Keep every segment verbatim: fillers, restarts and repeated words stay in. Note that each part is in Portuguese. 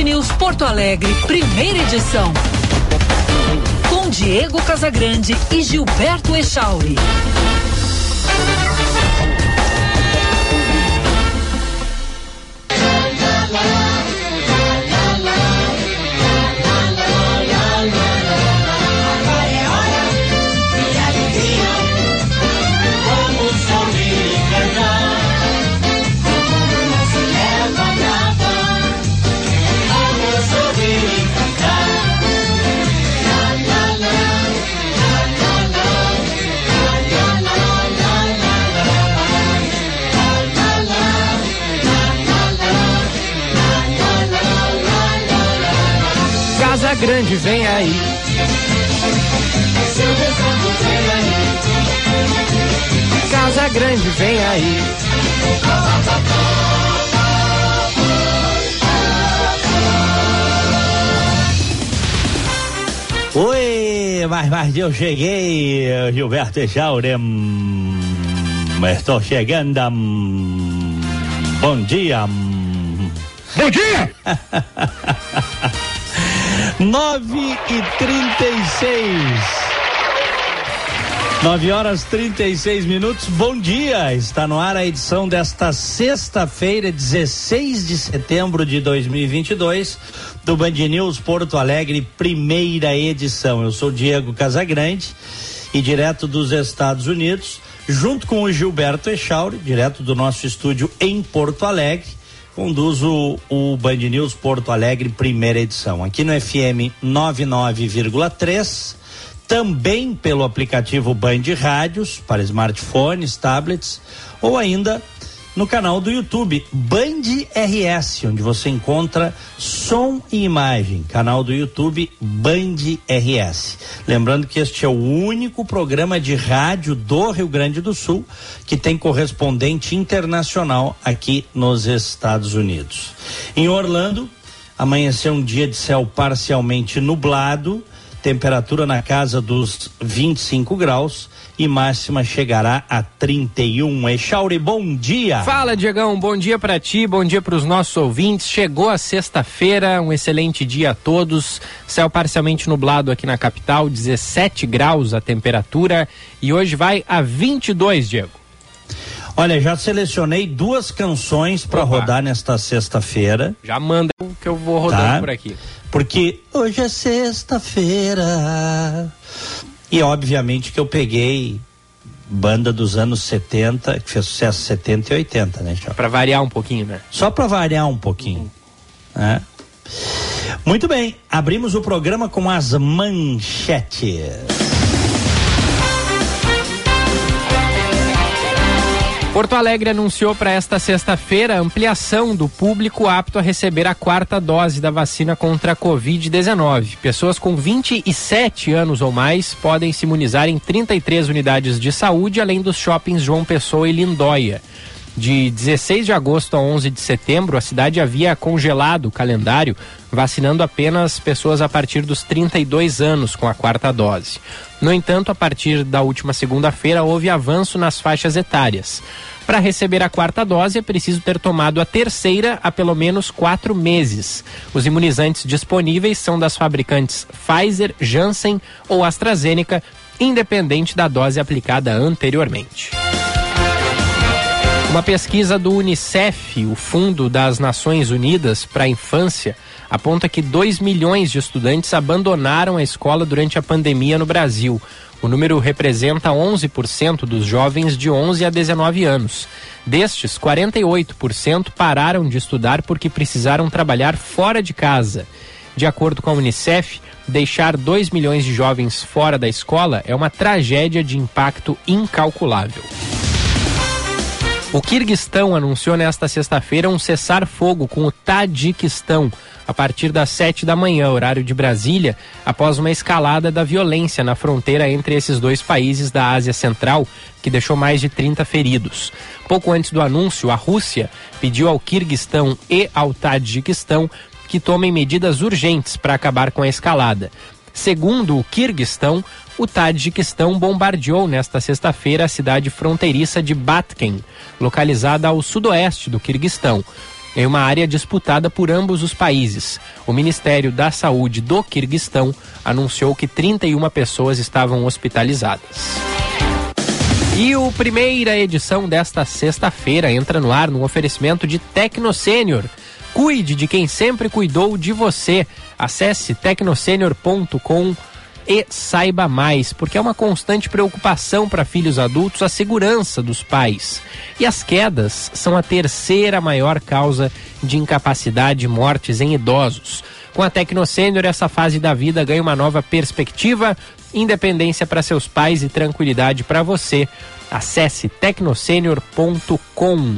News Porto Alegre, primeira edição. Com Diego Casagrande e Gilberto Echauri. Casa Grande vem aí. Casa Grande vem aí. Oi, mas, mas eu cheguei, Gilberto Echauri. Estou chegando. Bom dia. Bom dia! Nove e trinta e seis. Nove horas trinta e seis minutos. Bom dia! Está no ar a edição desta sexta-feira, dezesseis de setembro de dois mil e vinte e dois, do Band News Porto Alegre, primeira edição. Eu sou Diego Casagrande e direto dos Estados Unidos, junto com o Gilberto Echauri, direto do nosso estúdio em Porto Alegre, conduzo o Band News Porto Alegre, primeira edição, aqui no F M noventa e nove vírgula três, também pelo aplicativo Band Rádios, para smartphones, tablets, ou ainda no canal do YouTube, Band R S, onde você encontra som e imagem, canal do YouTube Band R S. Lembrando que este é o único programa de rádio do Rio Grande do Sul que tem correspondente internacional aqui nos Estados Unidos. Em Orlando, amanheceu um dia de céu parcialmente nublado, temperatura na casa dos vinte e cinco graus e máxima chegará a trinta e um. Echauri, bom dia. Fala, Diegão, bom dia pra ti, bom dia pros nossos ouvintes. Chegou a sexta-feira, um excelente dia a todos. Céu parcialmente nublado aqui na capital, dezessete graus a temperatura e hoje vai a vinte e dois, Diego. Olha, já selecionei duas canções para rodar nesta sexta-feira. Já manda que eu vou rodando, tá? Por aqui. Porque hoje é sexta-feira. E obviamente que eu peguei banda dos anos setenta, que fez sucesso setenta e oitenta, né, Chão? Pra variar um pouquinho, né? Só pra variar um pouquinho. Uhum. Né? Muito bem, abrimos o programa com as manchetes. Porto Alegre anunciou para esta sexta-feira a ampliação do público apto a receber a quarta dose da vacina contra a covid dezenove. Pessoas com vinte e sete anos ou mais podem se imunizar em trinta e três unidades de saúde, além dos shoppings João Pessoa e Lindóia. De dezesseis de agosto a onze de setembro, a cidade havia congelado o calendário, vacinando apenas pessoas a partir dos trinta e dois anos com a quarta dose. No entanto, a partir da última segunda-feira, houve avanço nas faixas etárias. Para receber a quarta dose, é preciso ter tomado a terceira há pelo menos quatro meses. Os imunizantes disponíveis são das fabricantes Pfizer, Janssen ou AstraZeneca, independente da dose aplicada anteriormente. Uma pesquisa do Unicef, o Fundo das Nações Unidas para a Infância, aponta que dois milhões de estudantes abandonaram a escola durante a pandemia no Brasil. O número representa onze por cento dos jovens de onze a dezenove anos. Destes, quarenta e oito por cento pararam de estudar porque precisaram trabalhar fora de casa. De acordo com a Unicef, deixar dois milhões de jovens fora da escola é uma tragédia de impacto incalculável. O Quirguistão anunciou nesta sexta-feira um cessar-fogo com o Tadiquistão a partir das sete da manhã, horário de Brasília, após uma escalada da violência na fronteira entre esses dois países da Ásia Central, que deixou mais de trinta feridos. Pouco antes do anúncio, a Rússia pediu ao Quirguistão e ao Tadiquistão que tomem medidas urgentes para acabar com a escalada. Segundo o Quirguistão, o Tadiquistão bombardeou nesta sexta-feira a cidade fronteiriça de Batken, localizada ao sudoeste do Quirguistão. em uma área disputada por ambos os países. O Ministério da Saúde do Quirguistão anunciou que trinta e uma pessoas estavam hospitalizadas. E a primeira edição desta sexta-feira entra no ar no oferecimento de Tecno Sênior. Cuide de quem sempre cuidou de você. Acesse tecno sênior ponto com e saiba mais, porque é uma constante preocupação para filhos adultos a segurança dos pais. E as quedas são a terceira maior causa de incapacidade e mortes em idosos. Com a Tecno Sênior, essa fase da vida ganha uma nova perspectiva, independência para seus pais e tranquilidade para você. Acesse tecno sênior ponto com.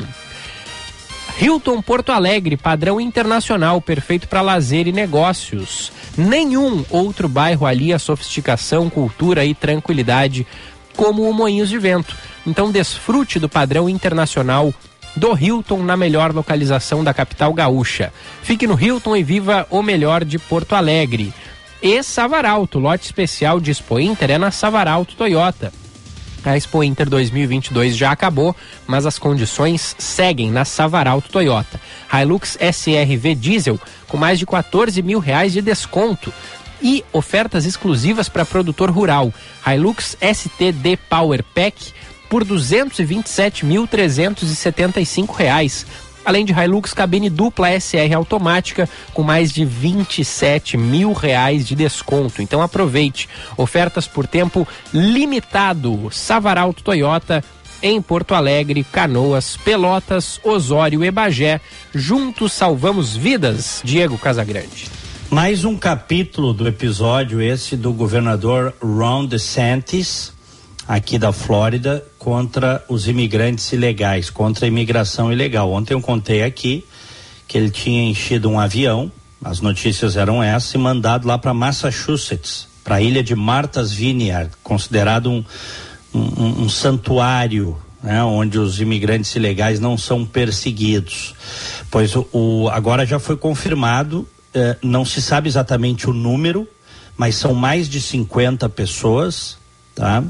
Hilton Porto Alegre, padrão internacional, perfeito para lazer e negócios. Nenhum outro bairro alia sofisticação, cultura e tranquilidade como o Moinhos de Vento. Então desfrute do padrão internacional do Hilton na melhor localização da capital gaúcha. Fique no Hilton e viva o melhor de Porto Alegre. E Savaralto, lote especial de Expo Inter é na Savaralto Toyota. A Expo Inter dois mil e vinte e dois já acabou, mas as condições seguem na Savaralto Toyota. Hilux S R V Diesel com mais de quatorze mil reais de desconto e ofertas exclusivas para produtor rural. Hilux S T D Power Pack por duzentos e vinte e sete mil trezentos e setenta e cinco reais. Além de Hilux cabine dupla S R automática com mais de vinte e sete mil reais de desconto. Então aproveite. Ofertas por tempo limitado. Savaralto Toyota em Porto Alegre, Canoas, Pelotas, Osório e Bagé. Juntos salvamos vidas. Diego Casagrande. Mais um capítulo do episódio esse do governador Ron DeSantis, aqui da Flórida, contra os imigrantes ilegais, contra a imigração ilegal. Ontem eu contei aqui que ele tinha enchido um avião, as notícias eram essas, e mandado lá para Massachusetts, para a ilha de Martha's Vineyard, considerado um, um, um santuário, né, onde os imigrantes ilegais não são perseguidos. Pois o, o agora já foi confirmado, eh, não se sabe exatamente o número, mas são mais de cinquenta pessoas, tá?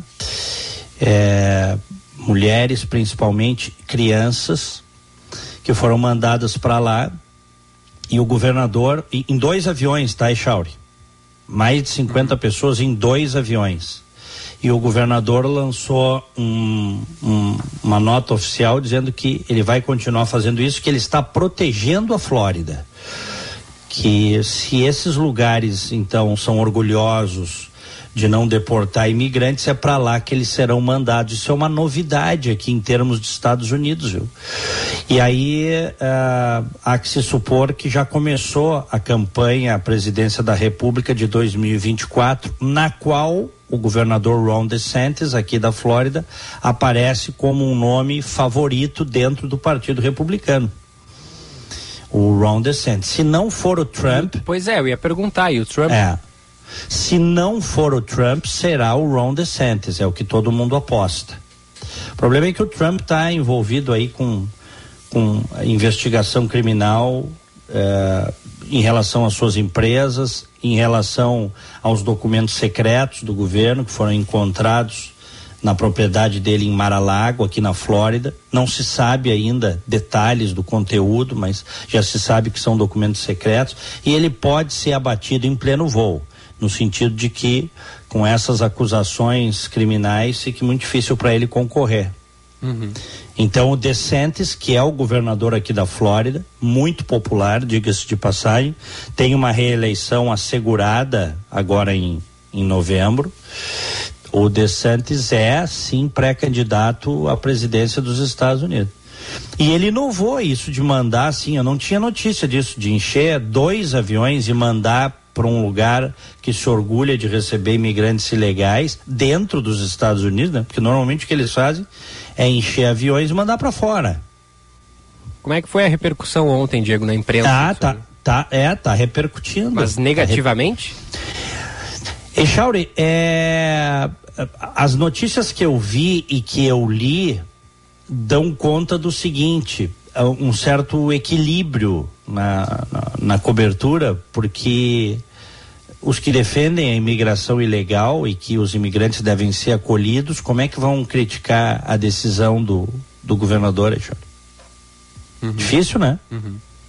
É, mulheres, principalmente crianças, que foram mandadas para lá, e o governador, em, em dois aviões, tá, Echauri? Mais de cinquenta pessoas em dois aviões. E o governador lançou um, um, uma nota oficial dizendo que ele vai continuar fazendo isso, que ele está protegendo a Flórida. Que se esses lugares, então, são orgulhosos de não deportar imigrantes, é para lá que eles serão mandados. Isso é uma novidade aqui em termos de Estados Unidos, viu? E aí uh, há que se supor que já começou a campanha à presidência da República de dois mil e vinte e quatro, na qual o governador Ron DeSantis, aqui da Flórida, aparece como um nome favorito dentro do Partido Republicano. O Ron DeSantis. Se não for o Trump... Pois é, eu ia perguntar, e o Trump... É. Se não for o Trump, será o Ron DeSantis, é o que todo mundo aposta. O problema é que o Trump está envolvido aí com, com a investigação criminal eh, em relação às suas empresas, em relação aos documentos secretos do governo que foram encontrados na propriedade dele em Mar-a-Lago, aqui na Flórida. Não se sabe ainda detalhes do conteúdo, mas já se sabe que são documentos secretos, e ele pode ser abatido em pleno voo, no sentido de que, com essas acusações criminais, fica muito difícil para ele concorrer. Uhum. Então, o DeSantis, que é o governador aqui da Flórida, muito popular, diga-se de passagem, tem uma reeleição assegurada agora em, em novembro. O DeSantis é, sim, pré-candidato à presidência dos Estados Unidos. E ele inovou isso de mandar, assim, eu não tinha notícia disso, de encher dois aviões e mandar para um lugar que se orgulha de receber imigrantes ilegais dentro dos Estados Unidos, né? Porque normalmente o que eles fazem é encher aviões e mandar para fora. Como é que foi a repercussão ontem, Diego, na imprensa? Ah, tá, tá, é, tá repercutindo. Mas negativamente? Echauri, é, as notícias que eu vi e que eu li dão conta do seguinte: um certo equilíbrio na, na, na cobertura, porque os que defendem a imigração ilegal e que os imigrantes devem ser acolhidos, como é que vão criticar a decisão do, do governador, Alexandre? Uhum. Difícil, né? Uhum.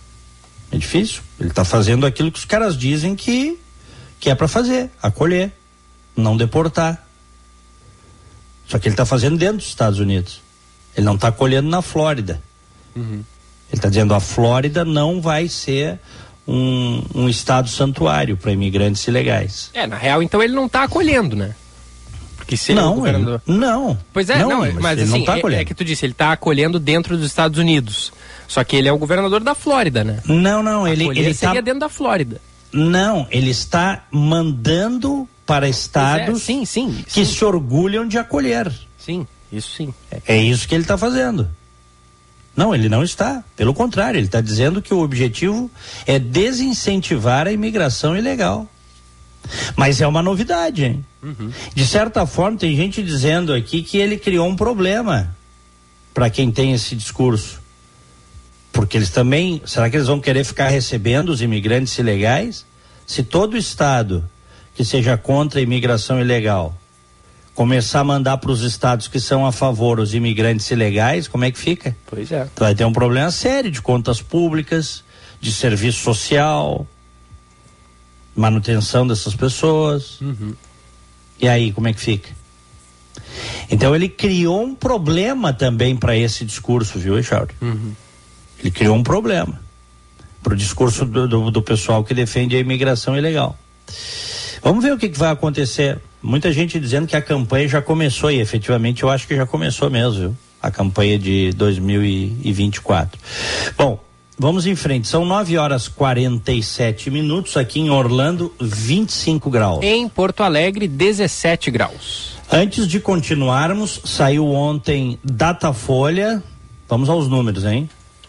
É difícil. Ele está fazendo aquilo que os caras dizem que, que é para fazer, acolher, não deportar. Só que ele está fazendo dentro dos Estados Unidos. Ele não está acolhendo na Flórida. Uhum. Ele está dizendo a Flórida não vai ser um, um estado santuário para imigrantes ilegais. É, na real, então ele não está acolhendo, né? Porque se não, ele, governador... ele, não. Pois é, não, não, mas, mas ele assim, não tá acolhendo. É, é que tu disse, ele está acolhendo dentro dos Estados Unidos. Só que ele é o governador da Flórida, né? Não, não, ele, ele seria tá... dentro da Flórida. Não, ele está mandando para estados é, sim, sim, que sim. se orgulham de acolher. Sim, isso sim. É, é isso que ele está fazendo. Não, ele não está. Pelo contrário, ele está dizendo que o objetivo é desincentivar a imigração ilegal. Mas é uma novidade, hein? Uhum. De certa forma, tem gente dizendo aqui que ele criou um problema para quem tem esse discurso. Porque eles também, será que eles vão querer ficar recebendo os imigrantes ilegais? Se todo estado que seja contra a imigração ilegal começar a mandar para os estados que são a favor os imigrantes ilegais, como é que fica? Pois é. Tu vai ter um problema sério de contas públicas, de serviço social, manutenção dessas pessoas. Uhum. E aí, como é que fica? Então ele criou um problema também para esse discurso, viu, Echauri? Uhum. Ele criou um problema para o discurso do, do, do pessoal que defende a imigração ilegal. Vamos ver o que, que vai acontecer. Muita gente dizendo que a campanha já começou, e efetivamente eu acho que já começou mesmo, viu? A campanha de dois mil e vinte e quatro. Bom, vamos em frente. São nove horas e quarenta e sete minutos aqui em Orlando, vinte e cinco graus. Em Porto Alegre, dezessete graus. Antes de continuarmos, saiu ontem Datafolha. Vamos aos números, hein?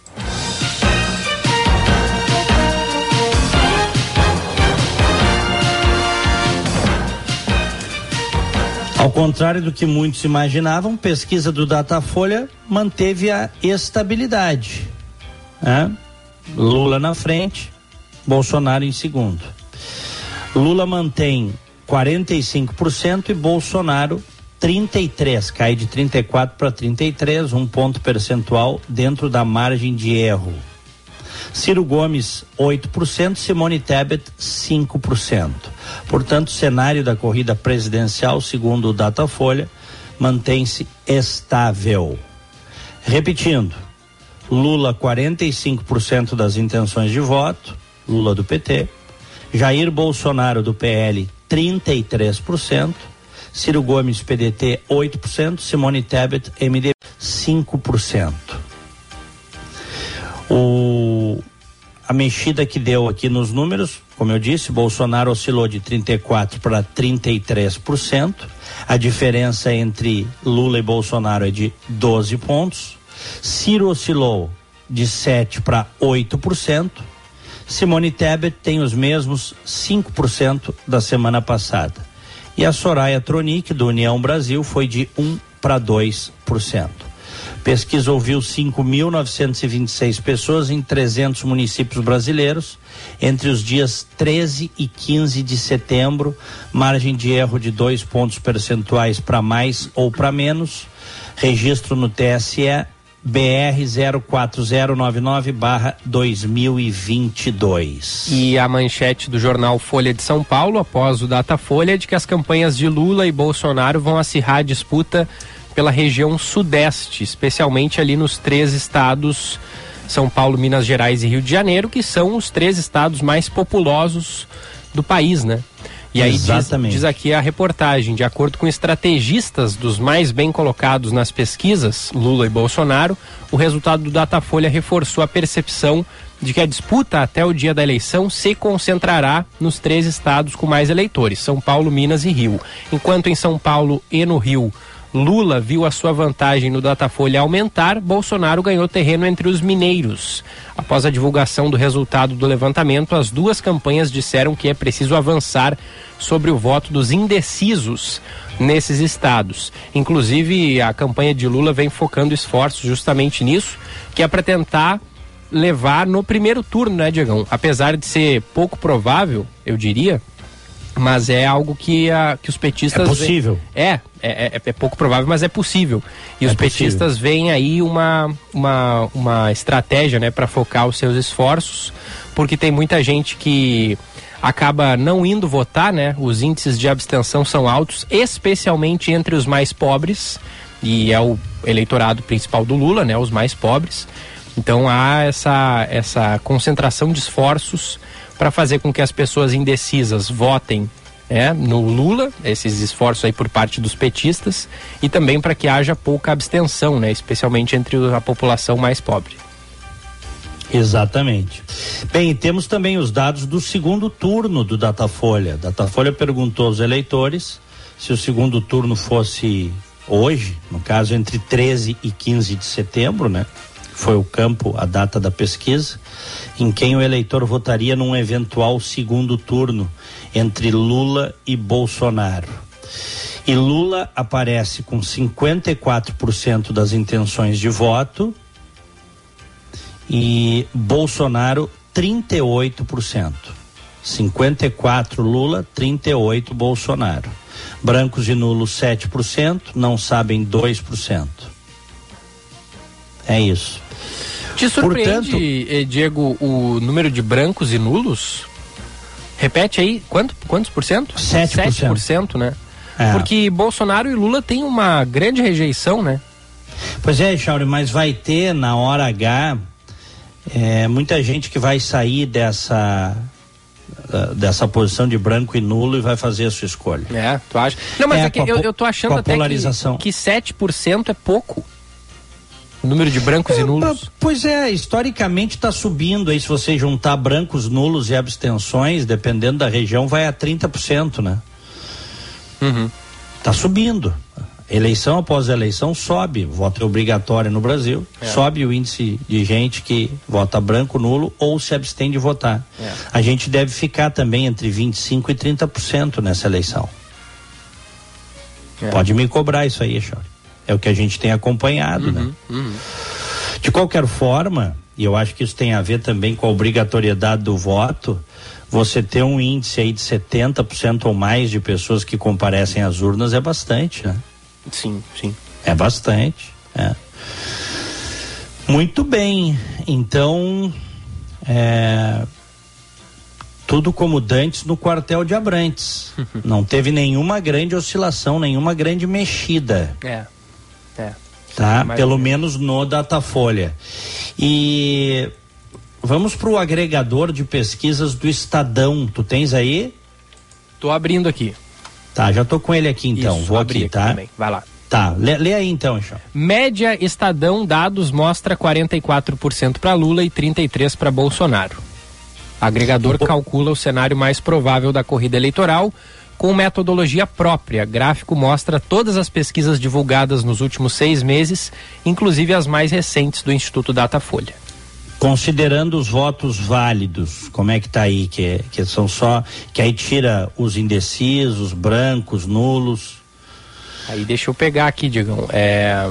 Ao contrário do que muitos imaginavam, pesquisa do Datafolha manteve a estabilidade, né? Lula na frente, Bolsonaro em segundo. Lula mantém quarenta e cinco por cento e Bolsonaro trinta e três por cento, cai de trinta e quatro para trinta e três, um ponto percentual dentro da margem de erro. Ciro Gomes, oito por cento, Simone Tebet, cinco por cento. Portanto, o cenário da corrida presidencial, segundo o Datafolha, mantém-se estável. Repetindo, Lula, quarenta e cinco por cento das intenções de voto, Lula do P T, Jair Bolsonaro do P L, trinta e três por cento, Ciro Gomes, P D T, oito por cento, Simone Tebet, M D B, cinco por cento. O, a mexida que deu aqui nos números, como eu disse, Bolsonaro oscilou de trinta e quatro por cento para trinta e três por cento. A diferença entre Lula e Bolsonaro é de doze pontos. Ciro oscilou de sete para oito por cento. Simone Tebet tem os mesmos cinco por cento da semana passada. E a Soraya Tronic, do União Brasil, foi de um para dois por cento. Pesquisa ouviu cinco mil novecentos e vinte e seis pessoas em trezentos municípios brasileiros entre os dias treze e quinze de setembro, margem de erro de dois pontos percentuais para mais ou para menos, registro no T S E B R zero quatro zero nove nove barra dois mil e vinte e dois. E a manchete do jornal Folha de São Paulo, após o Datafolha, é de que as campanhas de Lula e Bolsonaro vão acirrar a disputa pela região sudeste, especialmente ali nos três estados, São Paulo, Minas Gerais e Rio de Janeiro, que são os três estados mais populosos do país, né? E aí diz, diz aqui a reportagem, de acordo com estrategistas dos mais bem colocados nas pesquisas, Lula e Bolsonaro, o resultado do Datafolha reforçou a percepção de que a disputa até o dia da eleição se concentrará nos três estados com mais eleitores, São Paulo, Minas e Rio. Enquanto em São Paulo e no Rio Lula viu a sua vantagem no Datafolha aumentar, Bolsonaro ganhou terreno entre os mineiros. Após a divulgação do resultado do levantamento, as duas campanhas disseram que é preciso avançar sobre o voto dos indecisos nesses estados. Inclusive, a campanha de Lula vem focando esforços justamente nisso, que é para tentar levar no primeiro turno, né, Diegão? Apesar de ser pouco provável, eu diria, mas é algo que, a, que os petistas... É possível. Veem, é, é, é, é pouco provável, mas é possível. E é os possível. petistas veem aí uma, uma, uma estratégia, né, para focar os seus esforços, porque tem muita gente que acaba não indo votar, né? Os índices de abstenção são altos, especialmente entre os mais pobres, e é o eleitorado principal do Lula, né? Os mais pobres. Então há essa, essa concentração de esforços para fazer com que as pessoas indecisas votem, né, no Lula, esses esforços aí por parte dos petistas, e também para que haja pouca abstenção, né, especialmente entre a população mais pobre. Exatamente. Bem, temos também os dados do segundo turno do Datafolha. Datafolha perguntou aos eleitores se o segundo turno fosse hoje, no caso entre treze e quinze de setembro, né? Foi o campo, a data da pesquisa, em quem o eleitor votaria num eventual segundo turno entre Lula e Bolsonaro. E Lula aparece com cinquenta e quatro por cento das intenções de voto e Bolsonaro trinta e oito por cento. cinquenta e quatro Lula, trinta e oito Bolsonaro. Brancos e nulos sete por cento, não sabem dois por cento. É isso. Te surpreende, Portanto, Diego, o número de brancos e nulos? Repete aí, quanto, quantos por cento? sete por cento. sete por cento, né? É. Porque Bolsonaro e Lula têm uma grande rejeição, né? Pois é, Chauri, mas vai ter na hora H é, muita gente que vai sair dessa dessa posição de branco e nulo e vai fazer a sua escolha. É, tu acha? Não, mas é, é que eu, eu tô achando até que, que sete por cento é pouco. O número de brancos é, e nulos. Pois é, historicamente está subindo aí, se você juntar brancos, nulos e abstenções, dependendo da região, vai a trinta por cento, né? Uhum. Tá subindo. Eleição após eleição sobe, voto é obrigatório no Brasil, é. sobe o índice de gente que vota branco, nulo ou se abstém de votar. É. A gente deve ficar também entre vinte e cinco por cento e trinta por cento nessa eleição. É. Pode me cobrar isso aí, Chauri. É o que a gente tem acompanhado, uhum, né? Uhum. De qualquer forma, e eu acho que isso tem a ver também com a obrigatoriedade do voto, você ter um índice aí de setenta por cento ou mais de pessoas que comparecem às urnas é bastante, né? Sim, sim. É bastante, é. Muito bem, então, é, tudo como dantes no quartel de Abrantes. Não teve nenhuma grande oscilação, nenhuma grande mexida. É. É. Tá? Pelo menos no Datafolha. E vamos para o agregador de pesquisas do Estadão. Tu tens aí? Tô abrindo aqui. Tá, já tô com ele aqui então. Isso, vou aqui, aqui tá? Também. Vai lá. Tá, lê, lê aí então, Chão. Média Estadão dados mostra quarenta e quatro por cento para Lula e trinta e três por cento para Bolsonaro. Agregador o... calcula o cenário mais provável da corrida eleitoral com metodologia própria. Gráfico mostra todas as pesquisas divulgadas nos últimos seis meses, inclusive as mais recentes do Instituto Datafolha. Considerando os votos válidos, como é que tá aí? Que, que são só, que aí tira os indecisos, brancos, nulos. Aí deixa eu pegar aqui, Digão. É...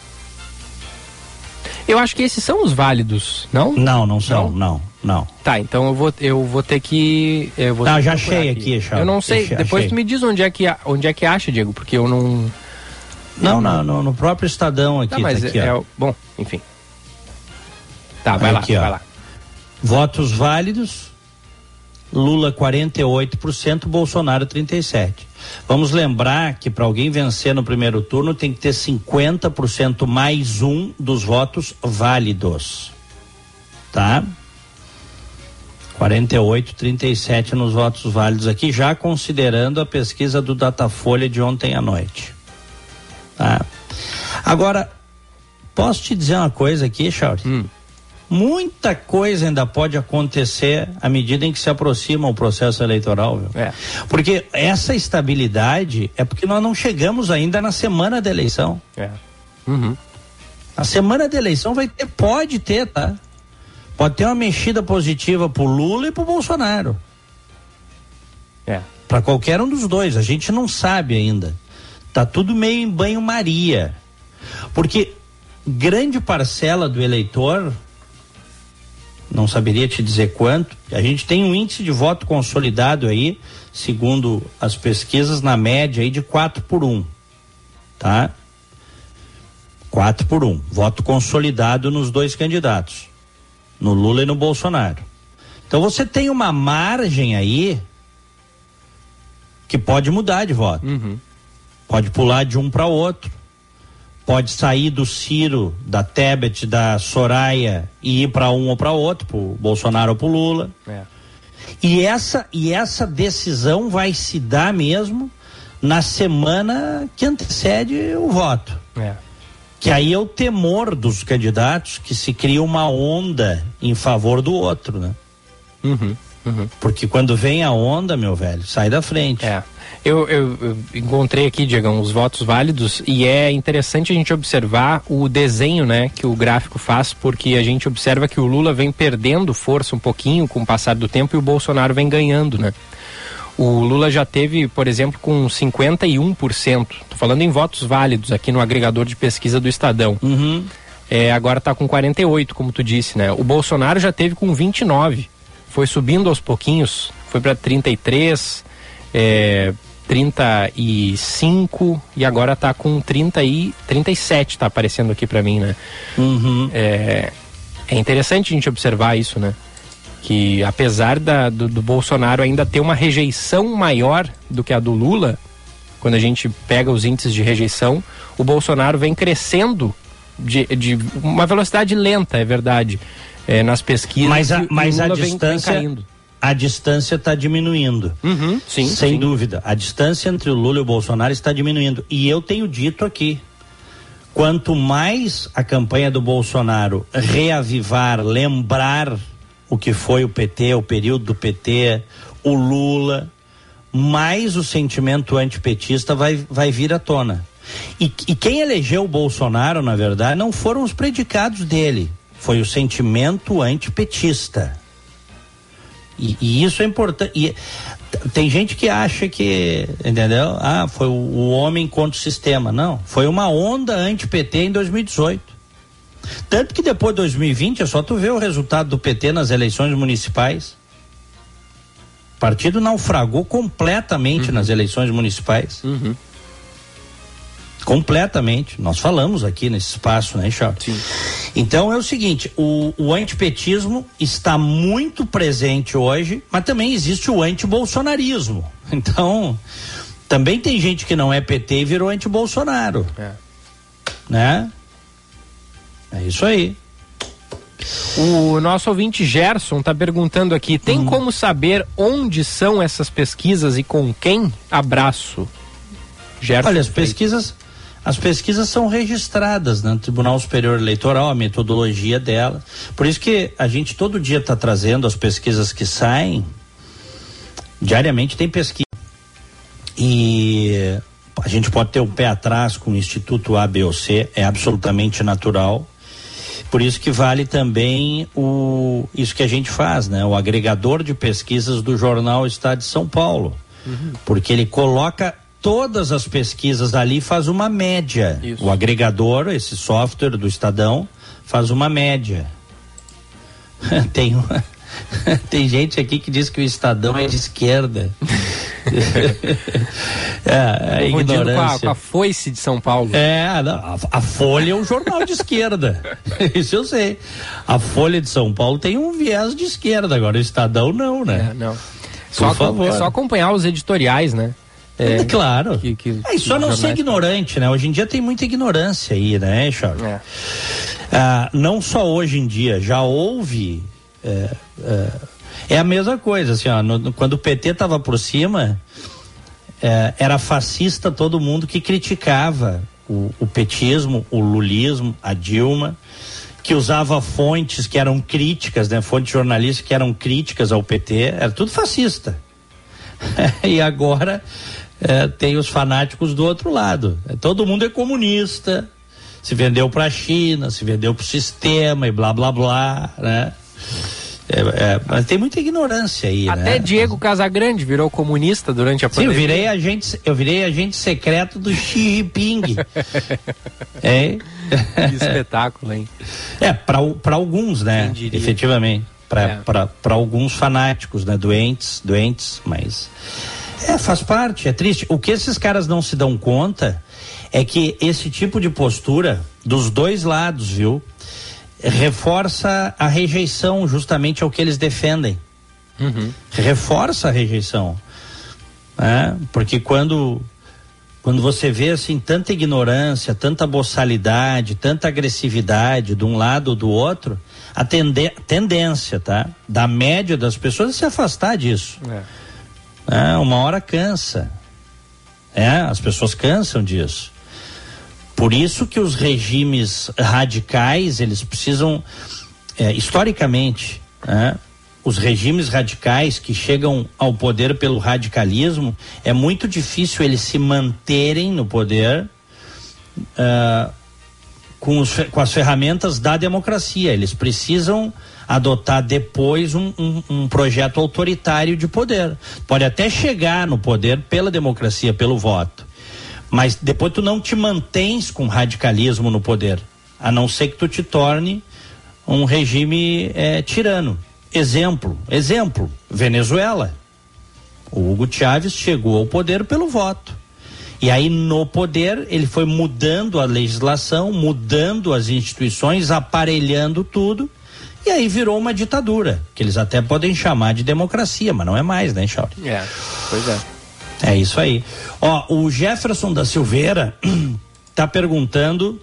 Eu acho que esses são os válidos, não? Não, não são, não, não. não. Tá, então eu vou, eu vou ter que... Eu vou tá, ter já que achei aqui, aqui Eu não sei, achei, depois achei. tu me diz onde é, que, onde é que acha, Diego, porque eu não... Não, não, no, no próprio Estadão aqui, tá, mas tá aqui, é, ó. é, bom, enfim. Tá, vai aqui, lá, ó. vai lá. Votos válidos, Lula quarenta e oito por cento, Bolsonaro trinta e sete por cento. Vamos lembrar que para alguém vencer no primeiro turno tem que ter cinquenta por cento mais um dos votos válidos. Tá? quarenta e oito, trinta e sete nos votos válidos aqui, já considerando a pesquisa do Datafolha de ontem à noite. Tá? Agora, posso te dizer uma coisa aqui, Chauri? Hum. Muita coisa ainda pode acontecer à medida em que se aproxima o processo eleitoral, viu? É. Porque essa estabilidade é porque nós não chegamos ainda na semana da eleição. É. Uhum. A semana da eleição vai ter, pode ter, tá? Pode ter uma mexida positiva pro Lula e pro Bolsonaro. É. Para qualquer um dos dois, a gente não sabe ainda. Tá tudo meio em banho-maria. Porque grande parcela do eleitor não saberia te dizer quanto. A gente tem um índice de voto consolidado aí, segundo as pesquisas, na média aí de quatro por um, tá? quatro por um, voto consolidado nos dois candidatos, no Lula e no Bolsonaro. Então você tem uma margem aí que pode mudar de voto. Uhum. Pode pular de um para outro. Pode sair do Ciro, da Tebet, da Soraya e ir para um ou para outro, pro Bolsonaro ou pro Lula. É. E essa, e essa decisão vai se dar mesmo na semana que antecede o voto. É. Que aí é o temor dos candidatos, que se cria uma onda em favor do outro, né? Uhum, uhum. Porque quando vem a onda, meu velho, sai da frente. É. Eu, eu, eu encontrei aqui, Diegão, os votos válidos, e é interessante a gente observar o desenho, né, que o gráfico faz, porque a gente observa que o Lula vem perdendo força um pouquinho com o passar do tempo e o Bolsonaro vem ganhando, né? O Lula já teve, por exemplo, com cinquenta e um por cento, tô falando em votos válidos aqui no agregador de pesquisa do Estadão. Uhum. É, agora está com quarenta e oito, como tu disse, né? O Bolsonaro já teve com vinte e nove, foi subindo aos pouquinhos, foi para trinta e três, é, trinta e cinco e agora está com trinta e trinta e sete, tá aparecendo aqui para mim, né? Uhum. É, é interessante a gente observar isso, né? Que apesar da, do, do Bolsonaro ainda ter uma rejeição maior do que a do Lula, quando a gente pega os índices de rejeição, o Bolsonaro vem crescendo de, de uma velocidade lenta, é verdade, é, nas pesquisas. Mas a, mas a distância, vem, vem a distância está diminuindo. Uhum, sim, sem sim. dúvida. A distância entre o Lula e o Bolsonaro está diminuindo. E eu tenho dito aqui, quanto mais a campanha do Bolsonaro reavivar, lembrar o que foi o P T, o período do P T, o Lula, mais o sentimento antipetista vai, vai vir à tona. E, e quem elegeu o Bolsonaro, na verdade, não foram os predicados dele, foi o sentimento antipetista. E, e isso é importante. E tem gente que acha que, entendeu? Ah, foi o, o homem contra o sistema. Não, foi uma onda anti-P T em dois mil e dezoito. Tanto que depois de dois mil e vinte é só tu ver o resultado do P T nas eleições municipais. O partido naufragou completamente uhum. nas eleições municipais. Uhum. Completamente. Nós falamos aqui nesse espaço, né, Charles? Sim. Então é o seguinte, o, o antipetismo está muito presente hoje, mas também existe o antibolsonarismo. Então, também tem gente que não é P T e virou antibolsonaro. É. Né? É isso aí. O nosso ouvinte Gerson está perguntando aqui, tem hum. como saber onde são essas pesquisas e com quem? Abraço. Gerson. Olha, as pesquisas, as pesquisas são registradas, né, no Tribunal Superior Eleitoral, a metodologia dela. Por isso que a gente todo dia está trazendo as pesquisas que saem. Diariamente tem pesquisa. E a gente pode ter um pé atrás com o Instituto A, B ou C, é absolutamente natural. Por isso que vale também o, isso que a gente faz, né? O agregador de pesquisas do jornal Estado de São Paulo. Uhum. Porque ele coloca todas as pesquisas ali e faz uma média. Isso. O agregador, esse software do Estadão, faz uma média. Tem uma, tem gente aqui que diz que o Estadão é de esquerda. É, a ignorância. Com a, com a foice de São Paulo. É, a, a Folha é um jornal de esquerda. Isso eu sei. A Folha de São Paulo tem um viés de esquerda, agora o Estadão não, né? É, não. Só, favor. É só acompanhar os editoriais, né? É, é claro. Que, que, é, só não ser ignorante, né? Hoje em dia tem muita ignorância aí, né, Charles? É. Ah, não só hoje em dia, já houve. É, é, é a mesma coisa, assim, ó, no, quando o P T estava por cima, é, era fascista todo mundo que criticava o, o petismo, o lulismo, a Dilma, que usava fontes que eram críticas, né? Fontes jornalistas que eram críticas ao P T, era tudo fascista. E agora é, tem os fanáticos do outro lado. Todo mundo é comunista, se vendeu para a China, se vendeu para o sistema e blá blá blá, né? É, é, mas tem muita ignorância aí, até né? Diego Casagrande virou comunista durante a pandemia. Sim, eu virei agente, eu virei agente secreto do Xi Jinping. É. Que espetáculo, hein? É, para alguns, né? Efetivamente. Para é. para alguns fanáticos, né? Doentes, doentes, mas é, faz parte, é triste. O que esses caras não se dão conta é que esse tipo de postura dos dois lados, viu, reforça a rejeição justamente ao que eles defendem. Uhum. Reforça a rejeição, né? Porque quando quando você vê assim tanta ignorância, tanta boçalidade, tanta agressividade de um lado ou do outro, a tende- tendência, tá? Da média das pessoas é se afastar disso. É. É, uma hora cansa. É, as pessoas cansam disso. Por isso que os regimes radicais, eles precisam, é, historicamente, é, os regimes radicais que chegam ao poder pelo radicalismo, é muito difícil eles se manterem no poder uh, com, os, com as ferramentas da democracia. Eles precisam adotar depois um, um, um projeto autoritário de poder. Pode até chegar no poder pela democracia, pelo voto, mas depois tu não te mantens com radicalismo no poder, a não ser que tu te torne um regime é, tirano. Exemplo, exemplo, Venezuela. O Hugo Chávez chegou ao poder pelo voto. E aí no poder ele foi mudando a legislação, mudando as instituições, aparelhando tudo, e aí virou uma ditadura, que eles até podem chamar de democracia, mas não é mais, né, Chauri? É, pois é. É isso aí. Ó, o Jefferson da Silveira tá perguntando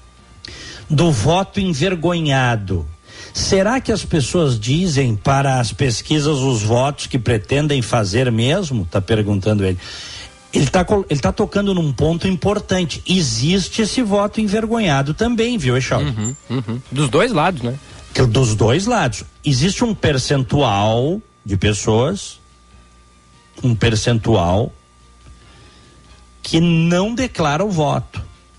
do voto envergonhado. Será que as pessoas dizem para as pesquisas os votos que pretendem fazer mesmo? Tá perguntando ele. Ele tá, ele tá tocando num ponto importante. Existe esse voto envergonhado também, viu, Echal? Uhum, uhum. Dos dois lados, né? Dos dois lados. Existe um percentual de pessoas, um percentual que não declara o voto.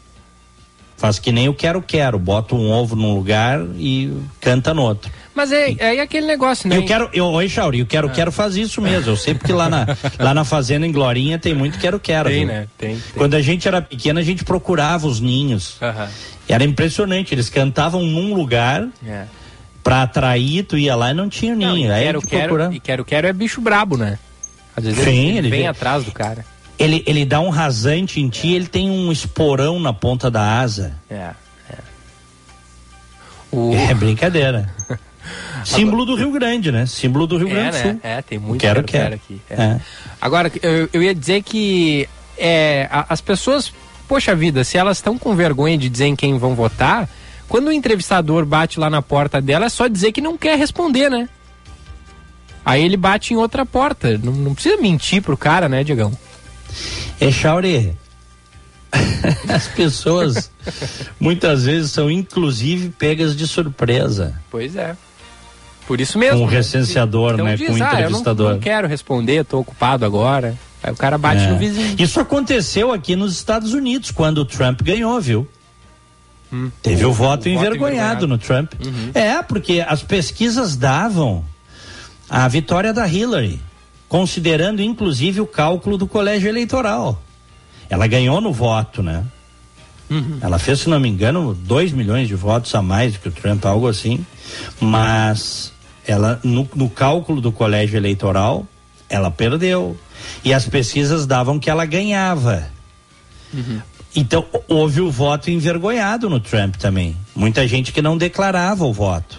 Faz que nem o quero-quero, bota um ovo num lugar e canta no outro. Mas é, é aquele negócio, né? Eu quero, eu, oi, Chauri, eu quero, ah. quero fazer isso mesmo. Eu sei porque lá na, lá na fazenda em Glorinha tem muito quero-quero. Tem, viu? né? Tem, tem. Quando a gente era pequena, a gente procurava os ninhos. Uhum. Era impressionante, eles cantavam num lugar é. pra atrair, tu ia lá e não tinha ninho. Não, Aí quero, quero, e quero-quero é bicho brabo, né? Às vezes Sim, ele, ele, ele vem vem atrás do cara. Ele, ele dá um rasante em ti, é. ele tem um esporão na ponta da asa. É, é. O... É brincadeira. Símbolo do Rio Grande, né? Símbolo do Rio é, Grande do né? Sul. É, tem muito quero, quero, quero. aqui. É. É. Agora, eu, eu ia dizer que é, a, as pessoas, poxa vida, se elas estão com vergonha de dizer em quem vão votar, quando o entrevistador bate lá na porta dela, é só dizer que não quer responder, né? Aí ele bate em outra porta. Não, não precisa mentir pro cara, né, Diegão? É, Chauri, as pessoas muitas vezes são inclusive pegas de surpresa. Pois é. Por isso mesmo. Com o recenseador, então, né? Diz, com o entrevistador. Ah, eu não, não quero responder, tô ocupado agora. Aí o cara bate é. no vizinho. Isso aconteceu aqui nos Estados Unidos, quando o Trump ganhou, viu? Hum. Teve o, o voto, o envergonhado, voto envergonhado no Trump. Uhum. É, porque as pesquisas davam a vitória da Hillary, considerando inclusive o cálculo do colégio eleitoral. Ela ganhou no voto, né? Uhum. Ela fez, se não me engano, dois milhões de votos a mais do que o Trump, algo assim. Mas ela, no, no cálculo do colégio eleitoral, ela perdeu. E as pesquisas davam que ela ganhava. Uhum. Então, houve o voto envergonhado no Trump também. Muita gente que não declarava o voto.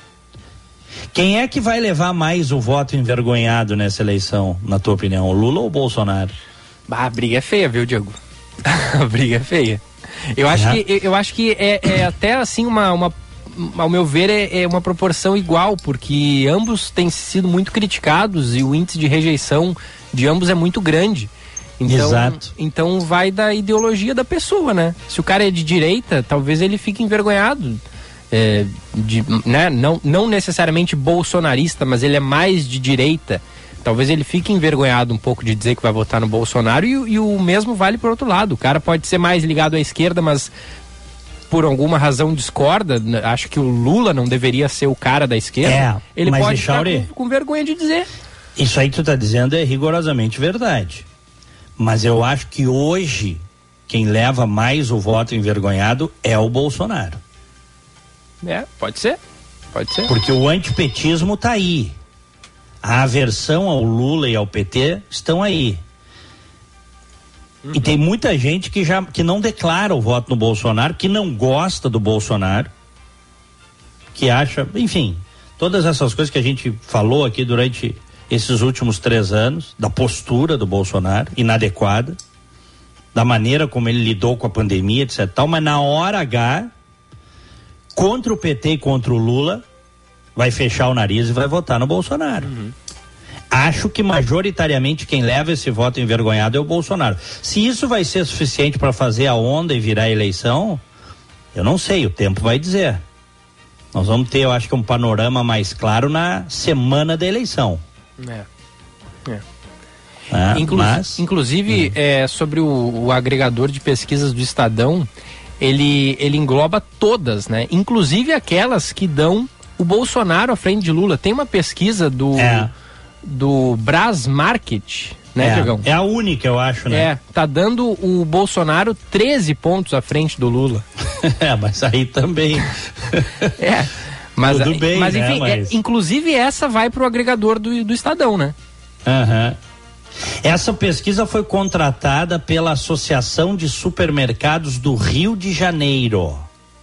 Quem é que vai levar mais o voto envergonhado nessa eleição, na tua opinião, o Lula ou o Bolsonaro? Bah, a briga é feia, viu, Diego? A briga é feia. Eu acho é. que, eu acho que é, é até assim uma, uma, ao meu ver, é, é uma proporção igual, porque ambos têm sido muito criticados e o índice de rejeição de ambos é muito grande. Então, Exato. Então vai da ideologia da pessoa, né? Se o cara é de direita, talvez ele fique envergonhado. É, de, né? não, não necessariamente bolsonarista, mas ele é mais de direita. Talvez ele fique envergonhado um pouco de dizer que vai votar no Bolsonaro, e, e o mesmo vale por outro lado. O cara pode ser mais ligado à esquerda, mas por alguma razão discorda, acho que o Lula não deveria ser o cara da esquerda. É, ele mas pode ficar Chauri, com, com vergonha de dizer. Isso aí que tu tá dizendo é rigorosamente verdade. Mas eu acho que hoje quem leva mais o voto envergonhado é o Bolsonaro. É, pode ser. pode ser. Porque o antipetismo tá aí. A aversão ao Lula e ao P T estão aí. Uhum. E tem muita gente que já que não declara o voto no Bolsonaro, que não gosta do Bolsonaro, que acha, enfim, todas essas coisas que a gente falou aqui durante esses últimos três anos, da postura do Bolsonaro, inadequada, da maneira como ele lidou com a pandemia, etc. Tal, mas na hora H, contra o P T e contra o Lula, vai fechar o nariz e vai votar no Bolsonaro. Uhum. Acho que majoritariamente quem leva esse voto envergonhado é o Bolsonaro. Se isso vai ser suficiente para fazer a onda e virar a eleição, eu não sei, o tempo vai dizer. Nós vamos ter, eu acho que um panorama mais claro na semana da eleição. É. É. Ah, Inclu mas... Inclusive, hum. é, sobre o, o agregador de pesquisas do Estadão, ele, ele engloba todas, né? Inclusive aquelas que dão o Bolsonaro à frente de Lula. Tem uma pesquisa do, é. do Brasmarket, né, é. Diegão? É a única, eu acho, né? É, tá dando o Bolsonaro treze pontos à frente do Lula. É, mas aí também... é, mas, Tudo bem, mas enfim, né? Mas... É, inclusive essa vai pro agregador do, do Estadão, né? Aham. Uhum. Essa pesquisa foi contratada pela Associação de Supermercados do Rio de Janeiro.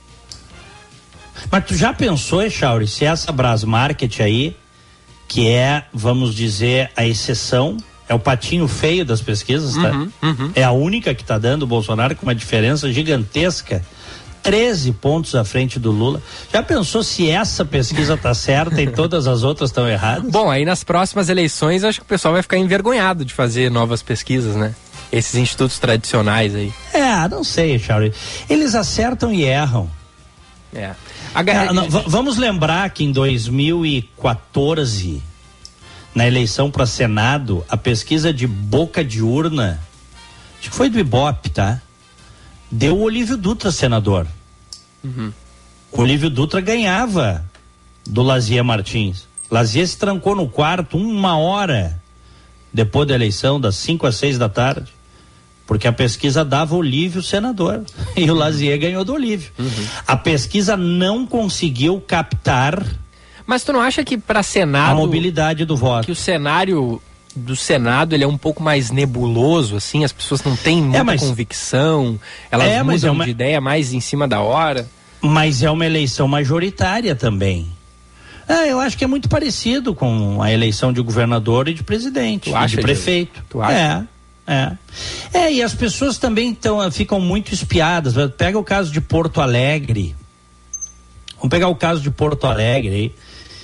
Mas tu já pensou, Echauri, se essa Brasmarket aí, que é, vamos dizer, a exceção, é o patinho feio das pesquisas, tá? Uhum, uhum. É a única que tá dando o Bolsonaro com uma diferença gigantesca, treze pontos à frente do Lula. Já pensou se essa pesquisa tá certa e todas as outras estão erradas? Bom, aí nas próximas eleições acho que o pessoal vai ficar envergonhado de fazer novas pesquisas, né? Esses institutos tradicionais aí. É, não sei, Charlie. Eles acertam e erram. É. H... Não, não, vamos lembrar que em dois mil e quatorze, na eleição para Senado, a pesquisa de boca de urna, acho que foi do Ibope, tá? Deu o Olívio Dutra senador. Uhum. O Olívio Dutra ganhava do Lazier Martins. Lazier se trancou no quarto uma hora depois da eleição, das cinco às seis da tarde, porque a pesquisa dava Olívio senador e o Lazier ganhou do Olívio. Uhum. A pesquisa não conseguiu captar. Mas tu não acha que para Senado a mobilidade do voto, que o cenário do Senado ele é um pouco mais nebuloso, assim, as pessoas não têm muita é, mas... convicção, elas é, mudam é uma... de ideia mais em cima da hora. Mas é uma eleição majoritária também. É, eu acho que é muito parecido com a eleição de governador e de presidente, tu acha, de prefeito. Tu acha? É, é. É, e as pessoas também tão, ficam muito espiadas. Pega o caso de Porto Alegre. Vamos pegar o caso de Porto Alegre aí.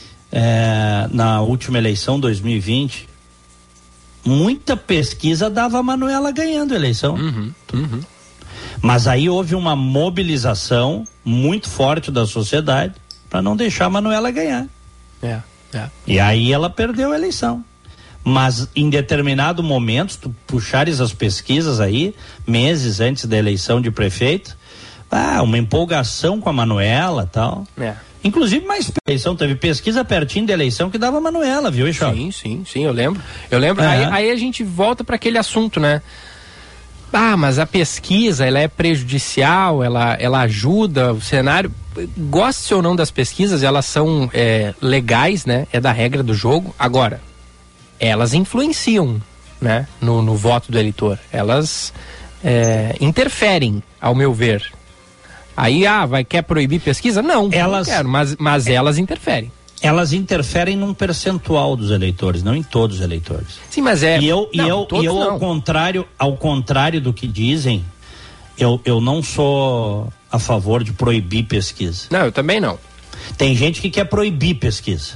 É, na última eleição, dois mil e vinte, muita pesquisa dava a Manuela ganhando a eleição. Uhum, uhum. Mas aí houve uma mobilização muito forte da sociedade para não deixar a Manuela ganhar. É, é. E aí ela perdeu a eleição. Mas em determinado momento, se tu puxares as pesquisas aí, meses antes da eleição de prefeito, ah, uma empolgação com a Manuela e tal. É. Inclusive mais eleição, teve pesquisa pertinho da eleição que dava a Manuela, viu, Ixó? Sim, sim, sim, eu lembro. Eu lembro, uhum. aí, aí a gente volta para aquele assunto, né? Ah, mas a pesquisa, ela é prejudicial, ela, ela ajuda o cenário. Goste ou não das pesquisas, elas são é, legais, né? É da regra do jogo. Agora, elas influenciam, né? No, no voto do eleitor. Elas é, interferem, ao meu ver. Aí, ah, vai, quer proibir pesquisa? Não, elas, não quero, mas, mas elas interferem. Elas interferem num percentual dos eleitores, não em todos os eleitores. Sim, mas é... E eu, não, e eu, e eu ao, contrário, ao contrário do que dizem, eu, eu não sou a favor de proibir pesquisa. Não, eu também não. Tem gente que quer proibir pesquisa.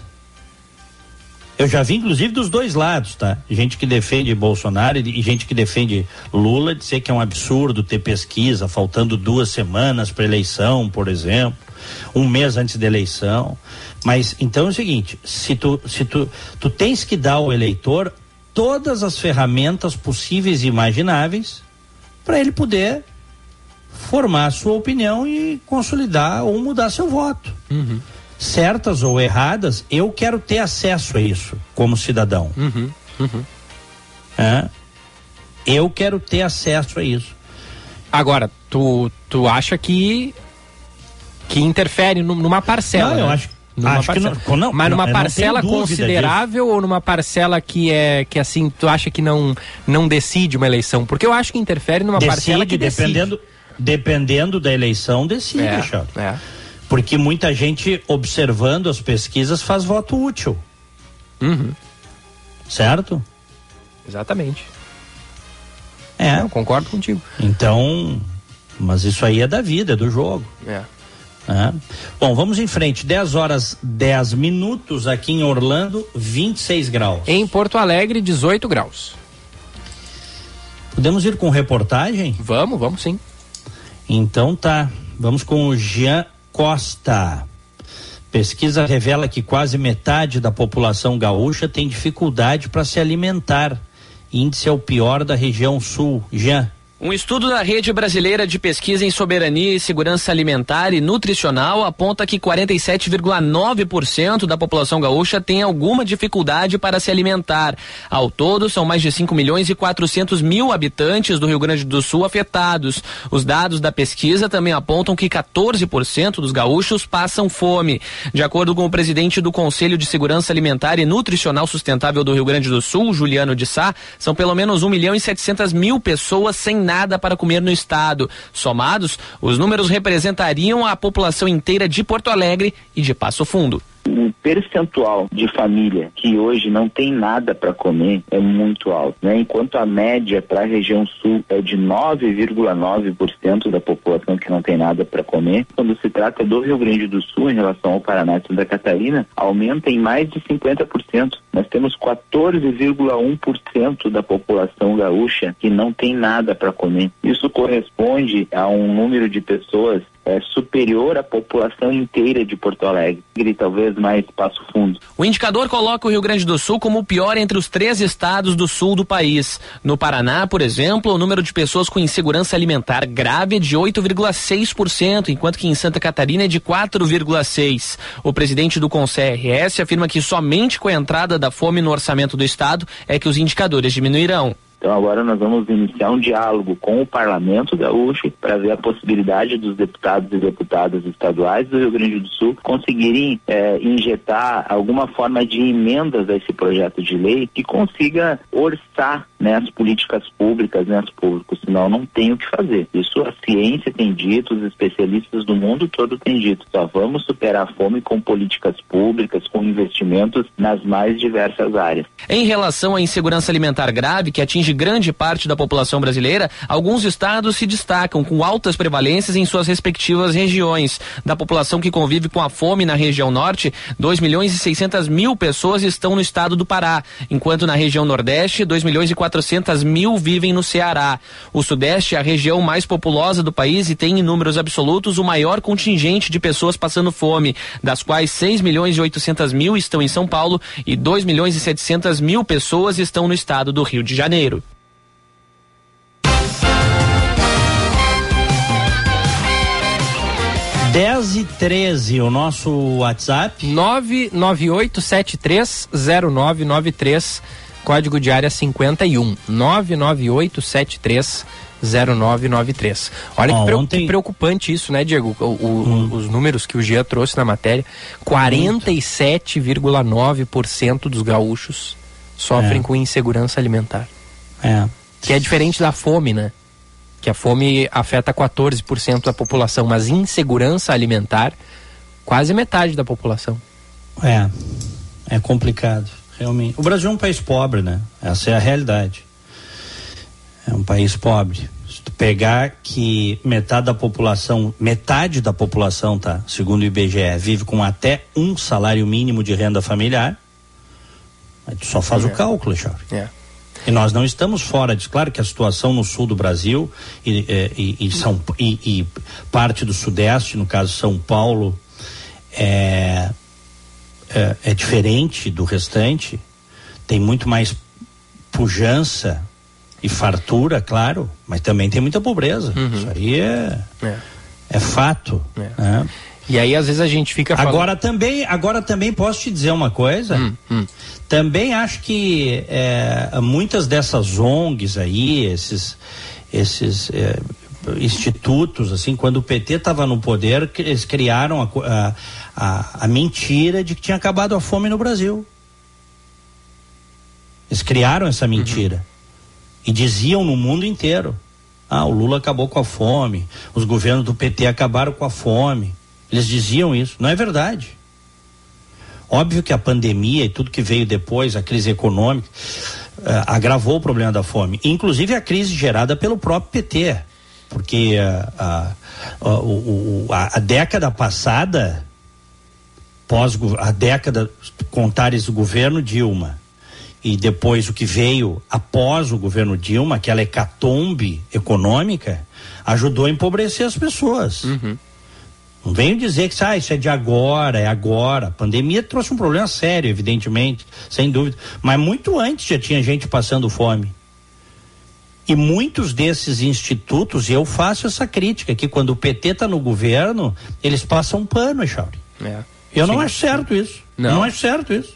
Eu já vi, inclusive, dos dois lados, tá? Gente que defende Bolsonaro e, e gente que defende Lula, dizer que é um absurdo ter pesquisa, faltando duas semanas para eleição, por exemplo, um mês antes da eleição. Mas, então é o seguinte, se tu, se tu, tu tens que dar ao eleitor todas as ferramentas possíveis e imagináveis para ele poder formar a sua opinião e consolidar ou mudar seu voto. Uhum. Certas ou erradas, eu quero ter acesso a isso como cidadão. Uhum, uhum. É? Eu quero ter acesso a isso. Agora, tu, tu acha que que interfere numa parcela, Não, eu né? acho, Numa Acho parcela. que não, não, Mas numa não, parcela considerável disso. Ou numa parcela que é que assim tu acha que não não decide uma eleição? Porque eu acho que interfere numa decide, parcela que dependendo, decide. Dependendo da eleição, decide, é, Charles. É. Porque muita gente observando as pesquisas faz voto útil. Uhum. Certo? Exatamente. É. Eu concordo contigo. Então, mas isso aí é da vida, é do jogo. É. É. Bom, vamos em frente. dez horas, dez minutos aqui em Orlando, vinte e seis graus. Em Porto Alegre, dezoito graus. Podemos ir com reportagem? Vamos, vamos sim. Então tá. Vamos com o Jean Costa. Pesquisa revela que quase metade da população gaúcha tem dificuldade para se alimentar. Índice é o pior da região sul. Jean. Um estudo da Rede Brasileira de Pesquisa em Soberania e Segurança Alimentar e Nutricional aponta que quarenta e sete vírgula nove por cento da população gaúcha tem alguma dificuldade para se alimentar. Ao todo, são mais de cinco milhões e quatrocentos mil habitantes do Rio Grande do Sul afetados. Os dados da pesquisa também apontam que quatorze por cento dos gaúchos passam fome. De acordo com o presidente do Conselho de Segurança Alimentar e Nutricional Sustentável do Rio Grande do Sul, Juliano de Sá, são pelo menos um milhão e setecentas mil pessoas sem nada nada para comer no estado. Somados, os números representariam a população inteira de Porto Alegre e de Passo Fundo. O percentual de família que hoje não tem nada para comer é muito alto, né? Enquanto a média para a região sul é de nove vírgula nove por cento da população que não tem nada para comer, quando se trata do Rio Grande do Sul em relação ao Paraná e Santa Catarina, aumenta em mais de cinquenta por cento. Nós temos quatorze vírgula um por cento da população gaúcha que não tem nada para comer. Isso corresponde a um número de pessoas é superior à população inteira de Porto Alegre, e talvez mais Passo Fundo. O indicador coloca o Rio Grande do Sul como o pior entre os três estados do sul do país. No Paraná, por exemplo, o número de pessoas com insegurança alimentar grave é de oito vírgula seis por cento, enquanto que em Santa Catarina é de quatro vírgula seis por cento. O presidente do Conce R S afirma que somente com a entrada da fome no orçamento do estado é que os indicadores diminuirão. Então agora nós vamos iniciar um diálogo com o Parlamento Gaúcho para ver a possibilidade dos deputados e deputadas estaduais do Rio Grande do Sul conseguirem é, injetar alguma forma de emendas a esse projeto de lei que consiga orçar, né, as políticas públicas, né, as públicos, senão não tem o que fazer. Isso a ciência tem dito, os especialistas do mundo todo têm dito. Só vamos superar a fome com políticas públicas, com investimentos nas mais diversas áreas. Em relação à insegurança alimentar grave, que atinge grande parte da população brasileira, alguns estados se destacam com altas prevalências em suas respectivas regiões. Da população que convive com a fome na região norte, dois milhões e seiscentas mil pessoas estão no estado do Pará, enquanto na região nordeste, dois milhões e quatrocentas mil vivem no Ceará. O sudeste é a região mais populosa do país e tem em números absolutos o maior contingente de pessoas passando fome, das quais seis milhões e oitocentas mil estão em São Paulo e dois milhões e setecentas mil pessoas estão no estado do Rio de Janeiro. dez e treze, o nosso WhatsApp. nove nove oito sete três zero nove nove três, código de área cinquenta e um. nove nove oito sete três zero nove nove três. Olha oh, que, ontem... que preocupante isso, né, Diego? O, o, hum. Os números que o Jean trouxe na matéria. quarenta e sete vírgula nove por cento dos gaúchos sofrem é. com insegurança alimentar. É. Que é diferente da fome, né? Que a fome afeta quatorze por cento da população, mas insegurança alimentar, quase metade da população. É, é complicado, realmente. O Brasil é um país pobre, né? Essa é a realidade. É um país pobre. Se tu pegar que metade da população, metade da população, tá? Segundo o I B G E, vive com até um salário mínimo de renda familiar, aí tu só faz é. o cálculo, Charles. É. E nós não estamos fora disso. Claro que a situação no sul do Brasil e, e, e, São, e, e parte do sudeste, no caso São Paulo, é, é, é diferente do restante. Tem muito mais pujança e fartura, claro, mas também tem muita pobreza. Uhum. Isso aí é, é. é fato. É. Né? E aí às vezes a gente fica falando... Agora também, agora também posso te dizer uma coisa, hum, hum. também acho que é, muitas dessas O N Gs aí, esses, esses é, institutos, assim, quando o P T estava no poder, eles criaram a, a, a, a mentira de que tinha acabado a fome no Brasil. Eles criaram essa mentira. Uhum. E diziam no mundo inteiro: ah, o Lula acabou com a fome, os governos do P T acabaram com a fome. Eles diziam isso. Não é verdade. Óbvio que a pandemia e tudo que veio depois, a crise econômica, uh, agravou o problema da fome. Inclusive a crise gerada pelo próprio P T. Porque uh, a, a, o, a, a década passada, pós a década, contares do governo Dilma, e depois o que veio após o governo Dilma, aquela hecatombe econômica, ajudou a empobrecer as pessoas. Uhum. Não venho dizer que ah, isso é de agora, é agora. A pandemia trouxe um problema sério, evidentemente, sem dúvida. Mas muito antes já tinha gente passando fome. E muitos desses institutos, e eu faço essa crítica, que quando o P T está no governo, eles passam pano, Echauri. É. Eu sim, não acho certo sim. isso. Não. não acho certo isso.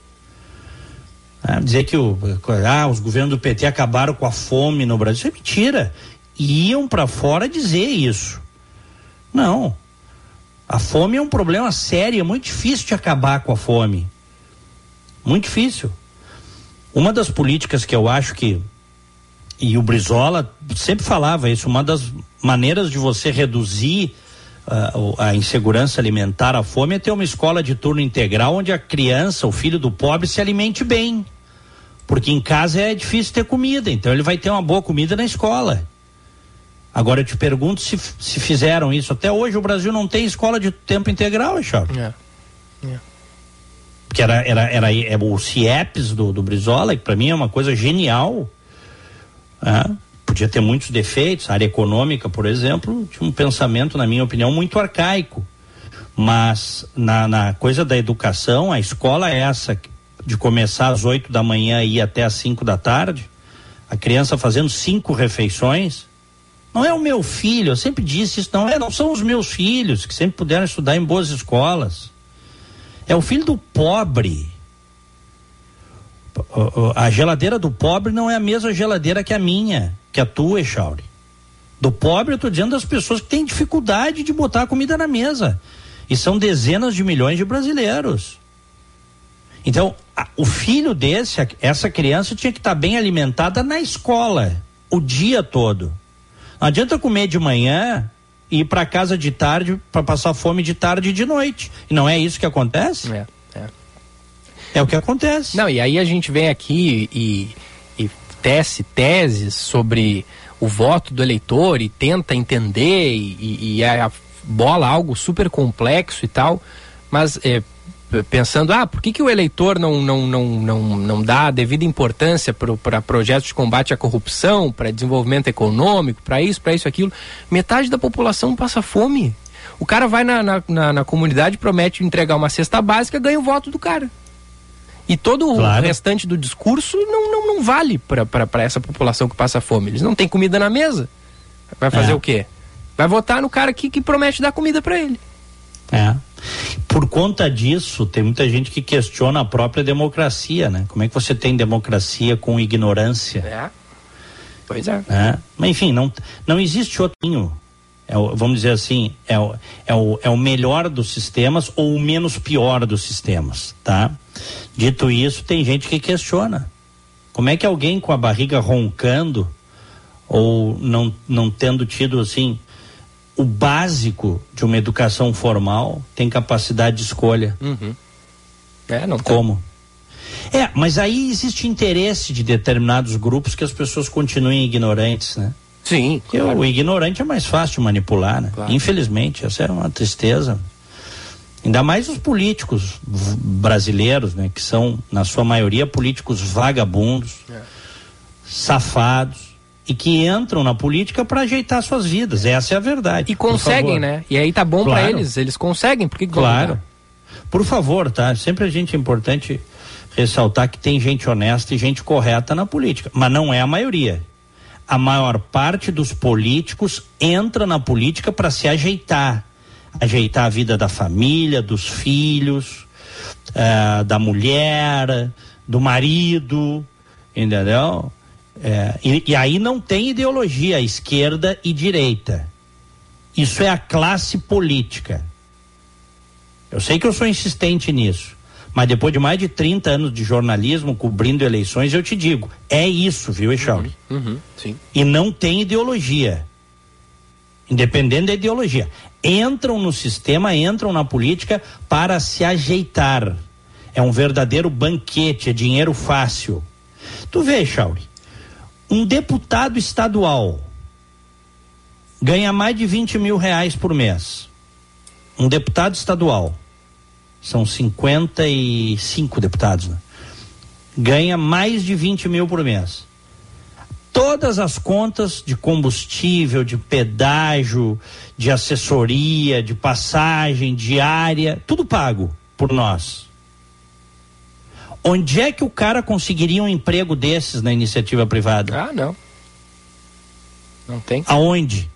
Ah, dizer que o, ah, os governos do P T acabaram com a fome no Brasil, isso é mentira. Iam para fora dizer isso. Não. A fome é um problema sério, é muito difícil de acabar com a fome. Muito difícil. Uma das políticas que eu acho que, e o Brizola sempre falava isso, uma das maneiras de você reduzir uh, a insegurança alimentar, a fome, é ter uma escola de turno integral onde a criança, o filho do pobre, se alimente bem. Porque em casa é difícil ter comida, então ele vai ter uma boa comida na escola. Agora eu te pergunto se, se fizeram isso. Até hoje o Brasil não tem escola de tempo integral, Echauri. É. É. Porque era, era, era, era o CIEPS do, do Brizola, que para mim é uma coisa genial. É. Podia ter muitos defeitos. A área econômica, por exemplo, tinha um pensamento, na minha opinião, muito arcaico. Mas na, na coisa da educação, a escola é essa, de começar às oito da manhã e ir até às cinco da tarde, a criança fazendo cinco refeições. Não é o meu filho, eu sempre disse isso, não é, não são os meus filhos que sempre puderam estudar em boas escolas. É o filho do pobre. A geladeira do pobre não é a mesma geladeira que a minha, que a tua, Echauri. Do pobre eu estou dizendo das pessoas que têm dificuldade de botar a comida na mesa. E são dezenas de milhões de brasileiros. Então, a, o filho desse, a, essa criança tinha que estar tá bem alimentada na escola, o dia todo. Não adianta comer de manhã e ir para casa de tarde para passar fome de tarde e de noite. E não é isso que acontece? É, é. É o que acontece. Não, e aí a gente vem aqui e, e tece teses sobre o voto do eleitor e tenta entender e, e a bola algo super complexo e tal, mas é, pensando, ah, por que, que o eleitor não, não, não, não, não dá a devida importância para projetos de combate à corrupção, para desenvolvimento econômico, para isso, para isso, aquilo? Metade da população passa fome. O cara vai na, na, na, na comunidade, promete entregar uma cesta básica, ganha o voto do cara. E todo claro. O restante do discurso não, não, não vale para essa população que passa fome. Eles não têm comida na mesa. Vai fazer é. o quê? Vai votar no cara que, que promete dar comida para ele. É. Por conta disso, tem muita gente que questiona a própria democracia, né? Como é que você tem democracia com ignorância? É. Pois é. é. Mas enfim, não, não existe outro caminho. É o, vamos dizer assim, é o, é, o, é o melhor dos sistemas ou o menos pior dos sistemas, tá? Dito isso, tem gente que questiona. Como é que alguém com a barriga roncando ou não, não tendo tido, assim, o básico de uma educação formal tem capacidade de escolha? Uhum. É, não Como? Tem. É, mas aí existe interesse de determinados grupos que as pessoas continuem ignorantes, né? Sim, claro. O ignorante é mais fácil de manipular, né? Claro. Infelizmente, essa é uma tristeza. Ainda mais os políticos brasileiros, né? Que são, na sua maioria, políticos vagabundos, é. safados, e que entram na política para ajeitar suas vidas. Essa é a verdade. E conseguem, né? E aí tá bom claro. Para eles, eles conseguem, por que Claro. Por favor, tá? Sempre a gente é importante ressaltar que tem gente honesta e gente correta na política, mas não é a maioria. A maior parte dos políticos entra na política para se ajeitar. Ajeitar a vida da família, dos filhos, uh, da mulher, do marido, entendeu? É, e, e aí não tem ideologia, esquerda e direita. Isso é a classe política. Eu sei que eu sou insistente nisso, mas depois de mais de trinta anos de jornalismo cobrindo eleições, eu te digo, é isso, viu, Echauri? Uhum, uhum, sim. E não tem ideologia. Independente da ideologia. Entram no sistema, entram na política para se ajeitar. É um verdadeiro banquete, é dinheiro fácil. Tu vê, Echauri, um deputado estadual ganha mais de vinte mil reais por mês. Um deputado estadual, são cinquenta e cinco deputados, né? Ganha mais de vinte mil por mês. Todas as contas de combustível, de pedágio, de assessoria, de passagem, diária, tudo pago por nós. Onde é que o cara conseguiria um emprego desses na iniciativa privada? Ah, não. Não tem. Aonde?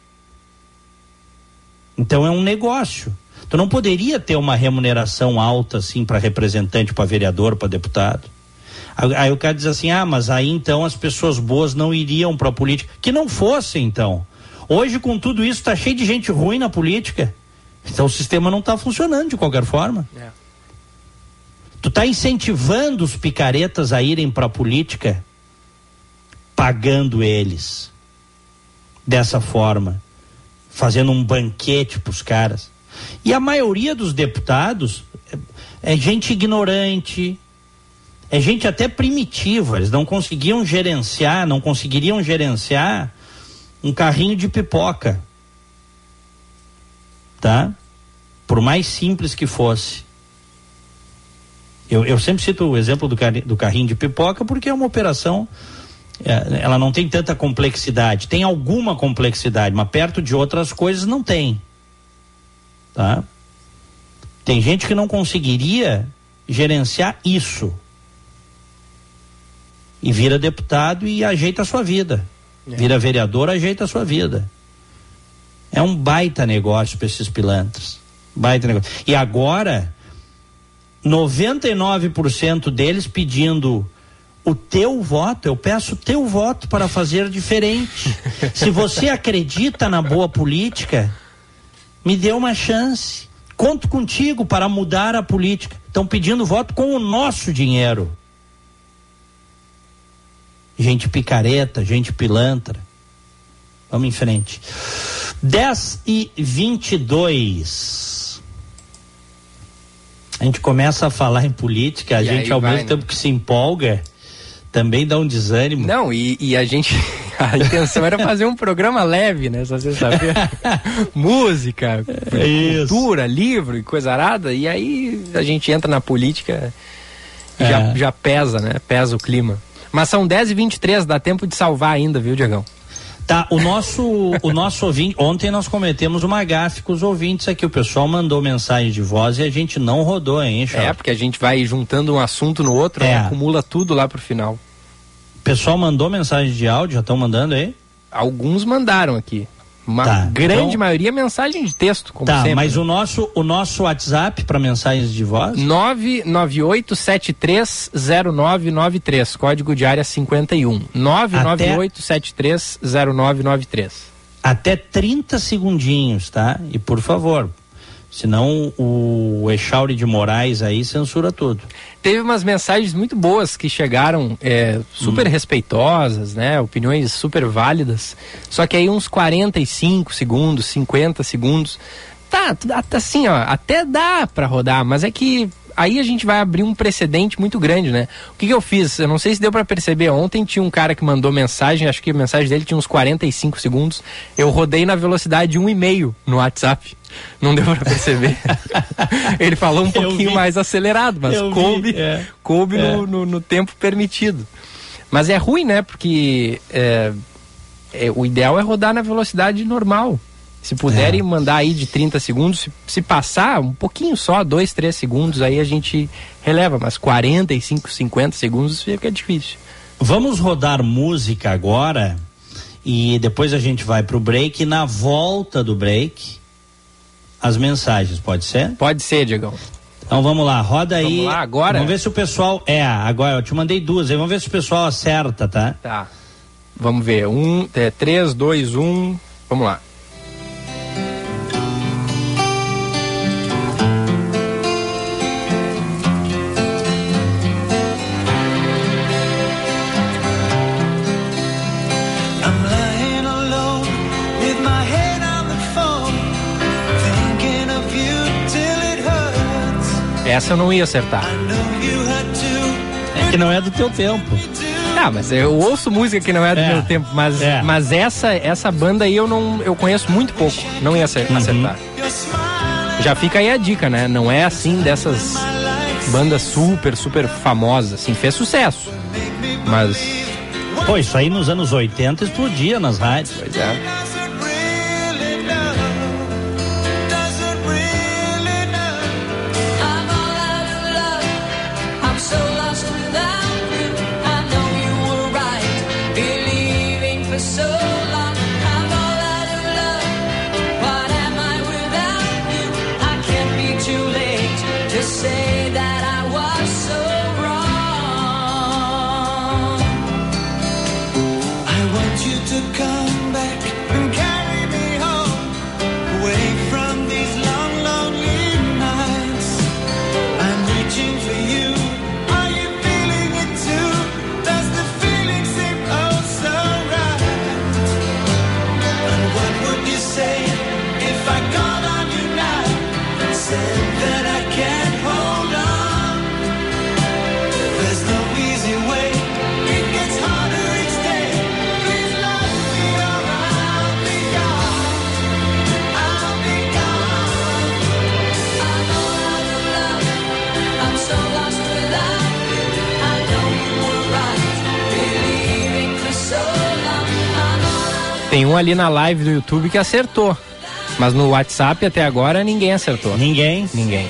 Então é um negócio. Tu não poderia ter uma remuneração alta assim para representante, para vereador, para deputado. Aí o cara diz assim, ah, mas aí então as pessoas boas não iriam para a política. Que não fosse então. Hoje com tudo isso tá cheio de gente ruim na política. Então o sistema não está funcionando de qualquer forma. É. Tu tá incentivando os picaretas a irem para a política, pagando eles dessa forma, fazendo um banquete pros caras. E a maioria dos deputados é, é gente ignorante, é gente até primitiva. Eles não conseguiam gerenciar, não conseguiriam gerenciar um carrinho de pipoca, tá? Por mais simples que fosse. Eu, eu sempre cito o exemplo do, car, do carrinho de pipoca porque é uma operação, é, ela não tem tanta complexidade. Tem alguma complexidade, mas perto de outras coisas não tem. Tá? Tem gente que não conseguiria gerenciar isso. E vira deputado e ajeita a sua vida. É. Vira vereador, ajeita a sua vida. É um baita negócio para esses pilantras. Baita negócio. E agora, noventa e nove por cento deles pedindo o teu voto, eu peço o teu voto para fazer diferente. Se você acredita na boa política, me dê uma chance. Conto contigo para mudar a política. Estão pedindo voto com o nosso dinheiro. Gente picareta, gente pilantra. Vamos em frente. dez e vinte e dois. A gente começa a falar em política, a e gente ao vai, mesmo né? tempo que se empolga, também dá um desânimo. Não, e, e a gente, a intenção era fazer um programa leve, né, só sexta-feira. Música, é cultura, livro e coisa arada, e aí a gente entra na política e é. já, já pesa, né, pesa o clima. Mas são dez e vinte e três, dá tempo de salvar ainda, viu, Diegão? Tá, o nosso, o nosso ouvinte, ontem nós cometemos uma gafe com os ouvintes aqui, o pessoal mandou mensagem de voz e a gente não rodou, hein, Charles? É, porque a gente vai juntando um assunto no outro, é. né, acumula tudo lá pro final. O pessoal mandou mensagem de áudio, já estão mandando aí? Alguns mandaram aqui. Uma tá, grande então, maioria mensagem de texto, como tá, sempre. Tá, mas o nosso, o nosso WhatsApp para mensagens de voz? nove nove oito sete três zero nove nove três, código de área cinquenta e um. nove nove oito sete três zero nove nove três. Até trinta segundinhos, tá? E por favor, senão o Echauri de Moraes aí censura tudo. Teve umas mensagens muito boas que chegaram, é, super hum. respeitosas, né? Opiniões super válidas. Só que aí uns quarenta e cinco segundos, cinquenta segundos. Tá, assim, ó, até dá pra rodar, mas é que aí a gente vai abrir um precedente muito grande, né? O que que eu fiz? Eu não sei se deu pra perceber. Ontem tinha um cara que mandou mensagem, acho que a mensagem dele tinha uns quarenta e cinco segundos. Eu rodei na velocidade de um e meio no WhatsApp. Não deu pra perceber. Ele falou um pouquinho mais acelerado, mas eu coube, vi, é. coube é. No, no, no tempo permitido. Mas é ruim, né? Porque é, é, o ideal é rodar na velocidade normal. Se puderem é. mandar aí de trinta segundos, se, se passar um pouquinho só, dois, três segundos, aí a gente releva, mas quarenta e cinco, cinquenta segundos fica difícil. Vamos rodar música agora e depois a gente vai pro break, e na volta do break as mensagens, pode ser? Pode ser, Diegão. Então vamos lá, roda aí. Vamos lá agora? Vamos ver se o pessoal, é, agora eu te mandei duas aí, vamos ver se o pessoal acerta, tá? Tá, vamos ver, um, é, três, dois, um, vamos lá. Essa eu não ia acertar. É que não é do teu tempo. Ah, mas eu ouço música que não é do É. meu tempo, mas, É. mas essa, essa banda aí eu não eu conheço muito pouco, não ia acer- acertar. Já fica aí a dica, né? Não é assim dessas bandas super, super famosas, assim, fez sucesso. Mas, Pô, isso aí nos anos oitenta explodia nas rádios. pois é. Say that I was so wrong. I want you to come back and carry me home, away from these long, lonely nights. I'm reaching for you. Are you feeling it too? Does the feeling seem oh so right? And what would you say if I called on you now and said that I can't? Tem um ali na live do YouTube que acertou, mas no WhatsApp até agora ninguém acertou. Ninguém? Ninguém.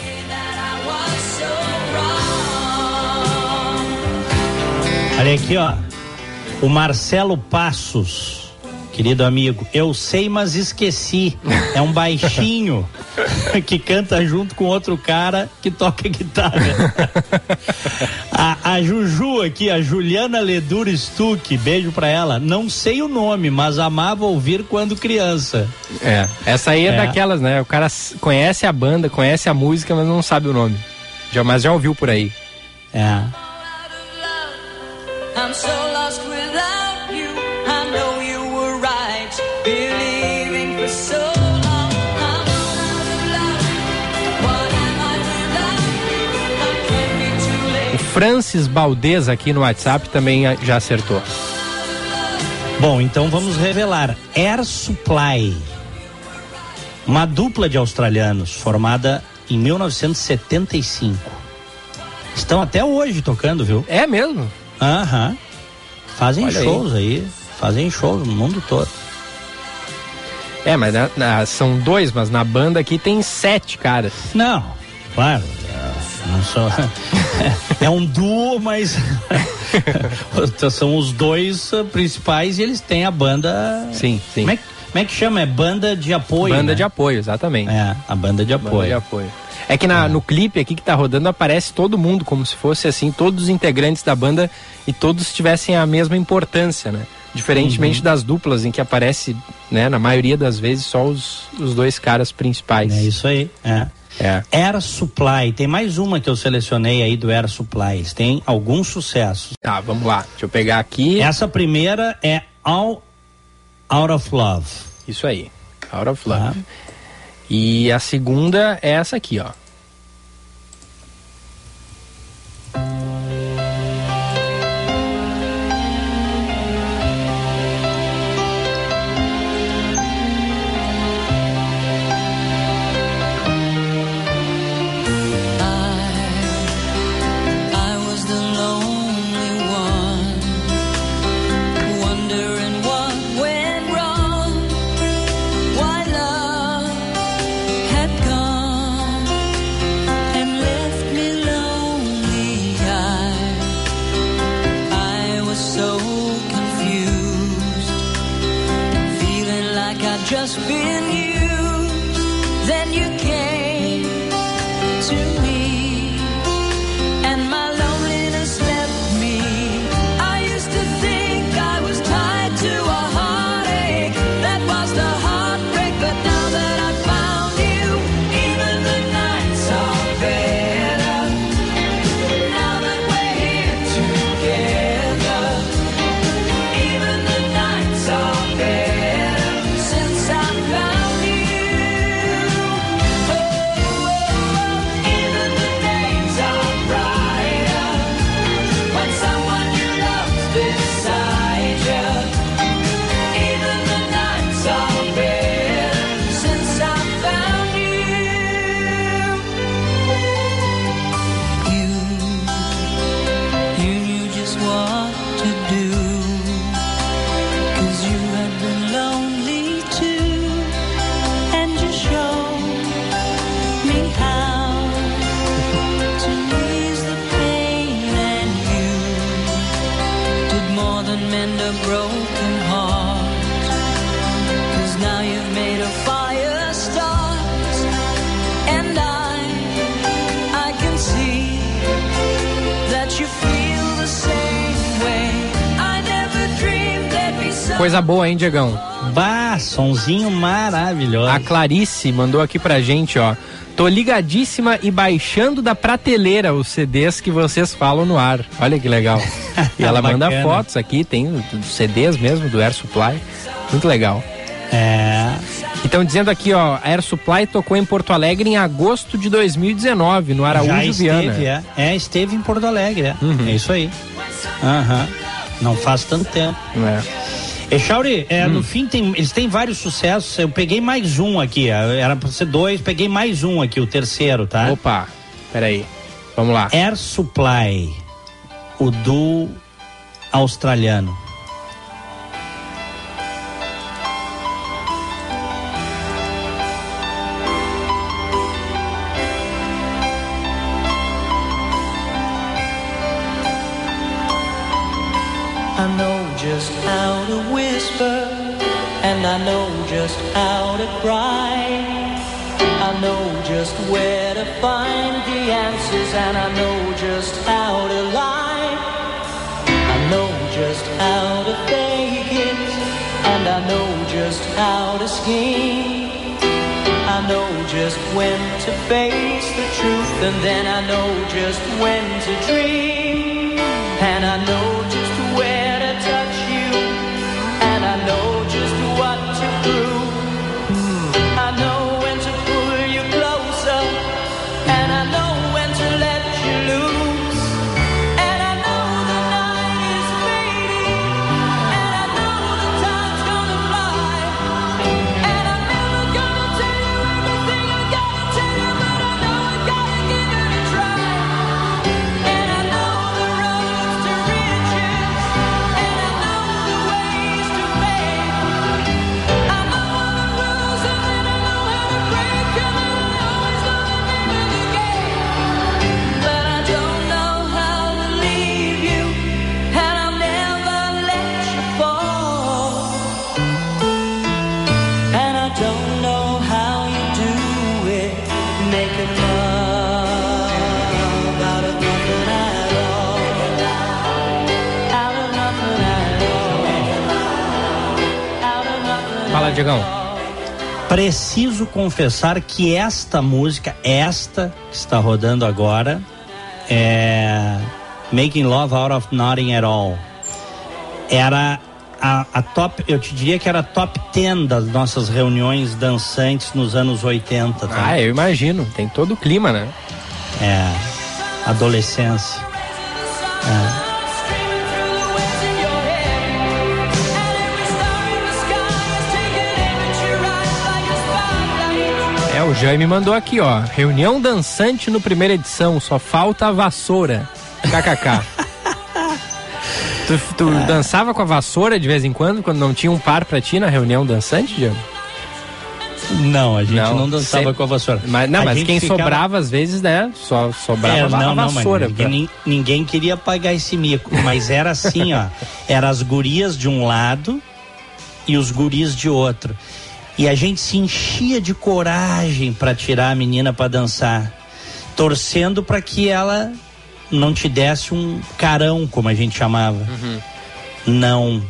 Olha aqui, ó. O Marcelo Passos, querido amigo, eu sei, mas esqueci. É um baixinho que canta junto com outro cara que toca guitarra. A, a Juju aqui, a Juliana Ledur Stuck, beijo pra ela. Não sei o nome, mas amava ouvir quando criança. É, essa aí é, É. daquelas, né? O cara s- conhece a banda, conhece a música, mas não sabe o nome. Já, mas já ouviu por aí. É. I'm so lost without you. I know you were right, believing for so long. I'm all out of love. What am I without you? I can't be too late. O Francis Baldez aqui no WhatsApp também a- já acertou. Bom, então vamos revelar. Air Supply, uma dupla de australianos formada em mil novecentos e setenta e cinco. Estão até hoje tocando, viu? É mesmo? Aham. Fazem Olha aí. shows aí. Fazem shows no mundo todo. É, mas na- na- são dois, mas na banda aqui tem sete caras. Não, claro. é, Não sou... é um duo, mas são os dois uh, principais e eles têm a banda. Sim, sim. Como é, que- como é que chama? É banda de apoio. Banda né? de apoio, exatamente. É, a banda de Banda apoio. de apoio. É que na, no clipe aqui que tá rodando aparece todo mundo, como se fosse assim, todos os integrantes da banda e todos tivessem a mesma importância, né? Diferentemente Uhum. das duplas em que aparece, né, na maioria das vezes, só os, os dois caras principais. É isso aí. É. É. Air Supply, tem mais uma que eu selecionei aí do Air Supply. Eles têm alguns sucessos. Tá, vamos lá. Deixa eu pegar aqui. Essa primeira é All Out of Love. Isso aí. Out of Love. Tá. E a segunda é essa aqui, ó. I was the lonely one, wondering what went wrong, why love had gone to ease the pain, and you did more than mend a broken heart. 'Cause now you've made a fire start, and I, I can see that you feel the same way. I never dreamed there'd be some... Coisa boa, hein, Diegão? Bah, sonzinho maravilhoso. A Clarice mandou aqui pra gente, ó. Tô ligadíssima e baixando da prateleira os C Ds que vocês falam no ar. Olha que legal. E ela manda fotos aqui, tem C Ds mesmo do Air Supply. Muito legal. É. Então dizendo aqui, ó, a Air Supply tocou em Porto Alegre em agosto de dois mil e dezenove, no Araújo Já esteve, Viana. É. é, esteve em Porto Alegre, é. Uhum. É isso aí. Aham. Não faz tanto tempo. É. Echauri, é, hum. no fim tem, eles têm vários sucessos. Eu peguei mais um aqui, era pra ser dois, peguei mais um aqui, o terceiro, tá? Opa, peraí, vamos lá. Air Supply, o duo australiano. I know just how to whisper, and I know just how to cry. I know just where to find the answers, and I know just how to lie. I know just how to fake it, and I know just how to scheme. I know just when to face the truth, and then I know just when to dream. And I know just where to touch you, and I know just what to prove. I know when to pull you closer, and I know when to let you loose. And I know the night is fading, and I know the time's gonna fly. And I'm never gonna tell you everything I gotta tell you, but I know I gotta give it a try. And I know the roads to riches, and I know the ways to fame. I know all the rules, and then I know how to break them, and I always know the name of the game. But I don't know how to leave you, and I'll never let you fall. And I don't know how you do it, making love out of nothing at all. Out of nothing at all. Out of nothing Fala, Diegão. Preciso confessar que esta música, esta que está rodando agora, é Making Love Out of Nothing at All. Era a, a top, eu te diria que era a top dez das nossas reuniões dançantes nos anos oitenta, tá? Ah, eu imagino, tem todo o clima, né? É, adolescência. É. streaming through the waves in your head. And every star in the sky is taking aim at your eyes like a spotlight. É, o Jaime mandou aqui, ó. Reunião dançante no primeira edição, só falta a vassoura. K K K. Tu, tu dançava com a vassoura de vez em quando, quando não tinha um par pra ti na reunião dançante, Diego? Não, a gente não, Não, dançava sempre- com a vassoura. Mas, não, A mas gente quem ficava- sobrava às vezes, né? Só sobrava É, a não, não, vassoura. mas pra- ninguém, ninguém queria pagar esse mico. Mas era assim, ó. Era as gurias de um lado e os guris de outro. E a gente se enchia de coragem pra tirar a menina pra dançar, torcendo pra que ela não te desse um carão, como a gente chamava. Uhum. Não.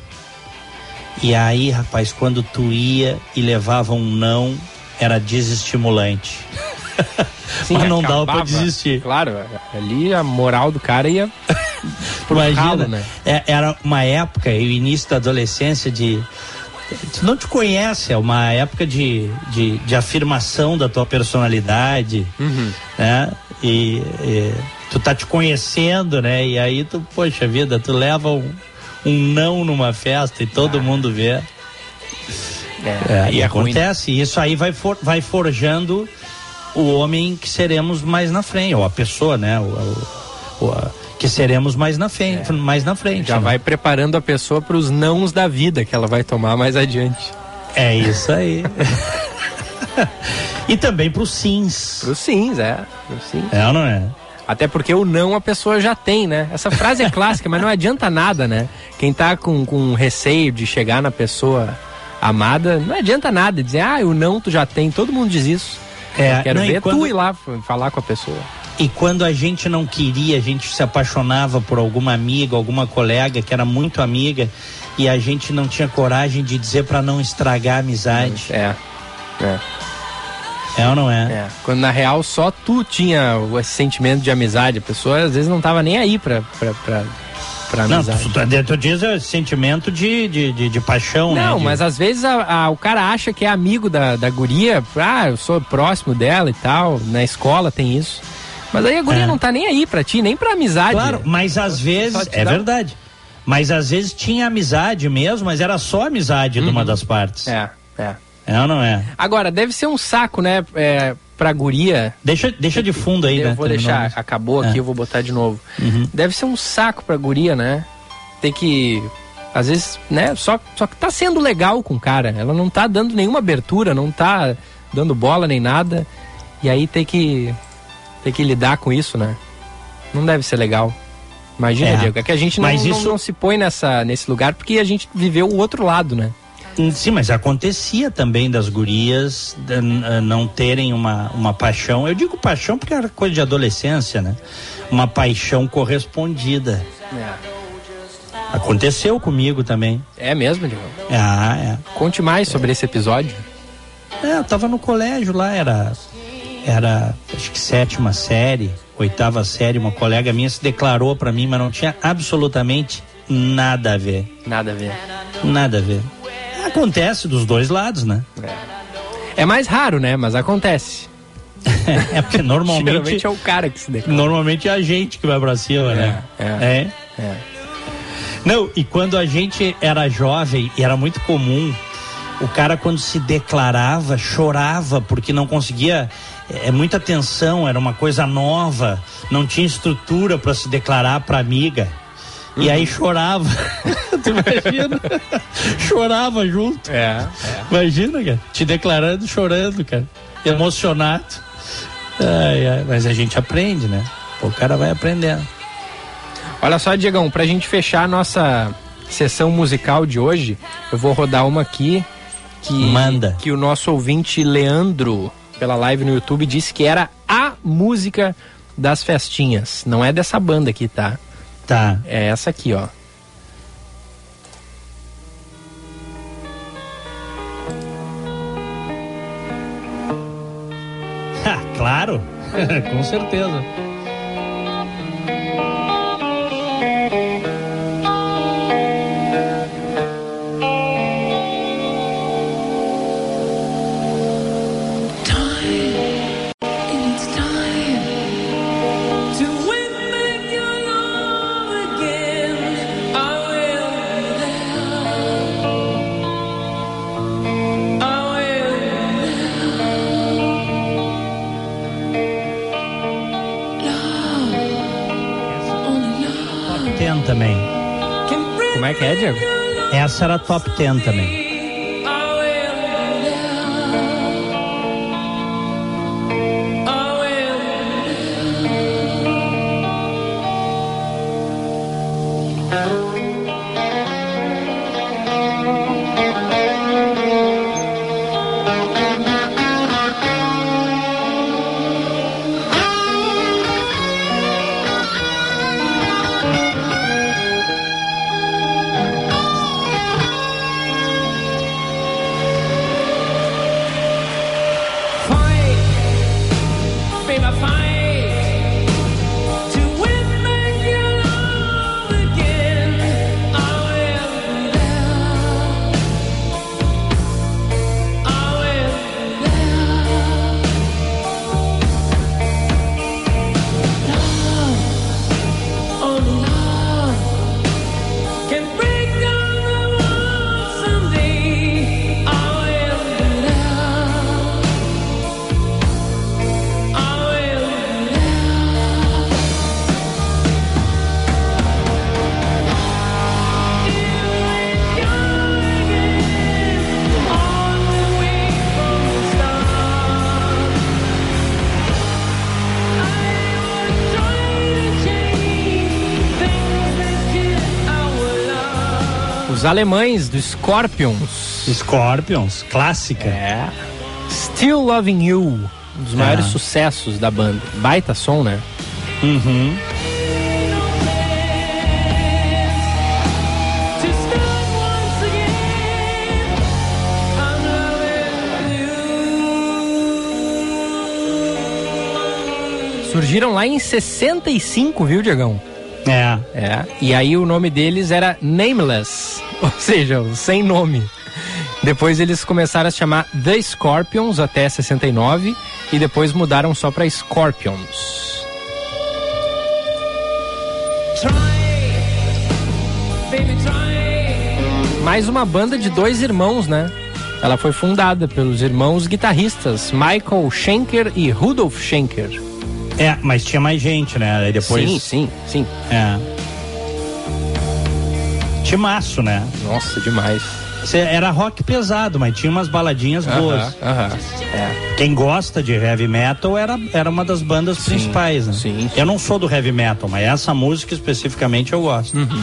E aí, rapaz, quando tu ia e levava um não, era desestimulante. Sim, Mas não dava pra acabava. desistir. Claro, ali a moral do cara ia pro Imagina, ralo, né? é, era uma época, o início da adolescência de... Tu não te conhece, é uma época de, de, de afirmação da tua personalidade, Uhum. né? E, e tu tá te conhecendo, né? E aí tu, poxa vida, tu leva um, um não numa festa e todo Ah. mundo vê. É, É, e é ruim. acontece, e isso aí vai, for, vai forjando o homem que seremos mais na frente, ou a pessoa, né? O, o, o, a- que seremos mais na frente, mais na frente. Já né? vai preparando a pessoa pros nãos da vida que ela vai tomar mais adiante. É isso aí. E também pros sims. Pros sims, é. Pros sims. É ou não é? Até porque o não a pessoa já tem, né? Essa frase é clássica, mas não adianta nada, né? Quem tá com, com receio de chegar na pessoa amada, não adianta nada dizer, ah, o não tu já tem, todo mundo diz isso. É, Eu quero não, ver quando... tu ir lá falar com a pessoa. E quando a gente não queria, a gente se apaixonava por alguma amiga, alguma colega que era muito amiga e a gente não tinha coragem de dizer pra não estragar a amizade. É, é. É ou não é? É, quando na real só tu tinha esse sentimento de amizade, a pessoa às vezes não tava nem aí pra, pra, pra, pra amizade. Não, tu, tu diz esse sentimento de, de, de, de paixão, né? Não, De... mas às vezes a, a, o cara acha que é amigo da, da guria, ah, eu sou próximo dela e tal, na escola tem isso. Mas aí a guria É. não tá nem aí pra ti, nem pra amizade. Claro, mas às vezes, te é dá- verdade, mas às vezes tinha amizade mesmo, mas era só amizade de uma das partes. É, é. É ou não é? Agora, deve ser um saco, né, é, pra guria. Deixa, deixa de fundo aí, Eu né? vou Terminou. deixar, acabou aqui, É. eu vou botar de novo. Uhum. Deve ser um saco pra guria, né? Ter que, às vezes, né, só, só que tá sendo legal com o cara. Ela não tá dando nenhuma abertura, não tá dando bola nem nada. E aí tem que, tem que lidar com isso, né? Não deve ser legal. Imagina, É. Diego, é que a gente não, Mas não- isso- não se põe nessa, nesse lugar porque a gente viveu o outro lado, né? Sim, mas acontecia também das gurias de, uh, não terem uma, uma paixão. Eu digo paixão porque era coisa de adolescência, né? Uma paixão correspondida. Aconteceu comigo também. É mesmo, Diego? Ah, é. Conte mais sobre esse episódio. É, eu tava no colégio lá, era, era acho que sétima série, oitava série, uma colega minha se declarou pra mim, mas não tinha absolutamente nada a ver. Nada a ver. Nada a ver. Acontece dos dois lados, né? É mais raro, né? Mas acontece. É porque normalmente, Geralmente é o cara que se declara. normalmente é a gente que vai pra cima, É, né? é. É. É. Não, e quando a gente era jovem, e era muito comum, o cara quando se declarava, chorava porque não conseguia, é muita tensão, era uma coisa nova, não tinha estrutura para se declarar pra amiga. E Uhum. aí chorava. Tu imagina? Chorava junto. É, Imagina, cara, te declarando, chorando, cara, emocionado. Ai, ai, mas a gente aprende, né? O cara vai aprendendo. Olha só, Diegão, pra gente fechar a nossa sessão musical de hoje, eu vou rodar uma aqui que, Manda. que o nosso ouvinte Leandro, pela live no YouTube, disse que era a música das festinhas. Não é dessa banda aqui, tá? Tá. É essa aqui, ó. Ah, claro. Com certeza. Top dez também. Como é que é, Diego? Essa era top dez também. Os alemães do Scorpions. Scorpions, clássica. É. Still Loving You, um dos maiores É. sucessos da banda. Baita som, né? Uhum. Surgiram lá em sessenta e cinco, viu, Diegão? É. É. E aí o nome deles era Nameless, ou seja, sem nome. Depois eles começaram a se chamar The Scorpions até sessenta e nove e depois mudaram só pra Scorpions. Mais uma banda de dois irmãos, né? Ela foi fundada pelos irmãos guitarristas Michael Schenker e Rudolf Schenker. É, mas tinha mais gente, né? Aí depois... Sim, sim, sim. É. Timaço, né? Nossa, demais. Cê, era rock pesado, mas tinha umas baladinhas boas. Aham, aham. É. Quem gosta de heavy metal era, era uma das bandas Sim, principais, né? sim, sim. Eu não sou do heavy metal, mas essa música especificamente eu gosto. Uhum.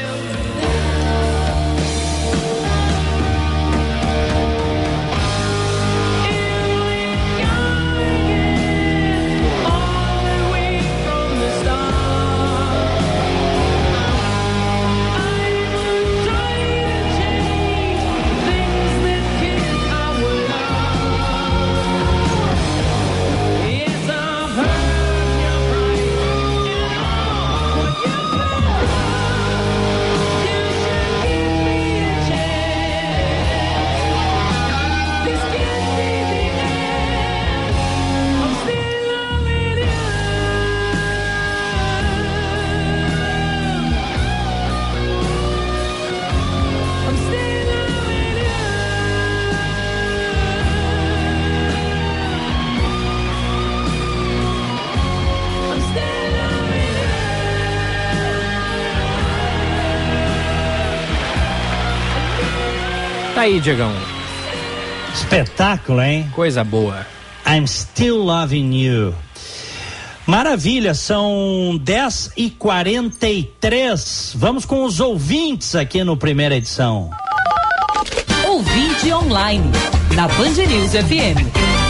Tá aí, Diegão. Espetáculo, hein? Coisa boa. I'm Still Loving You. Maravilha, são dez e quarenta e três. Vamos com os ouvintes aqui no Primeira Edição. Ouvinte online, na Band News F M.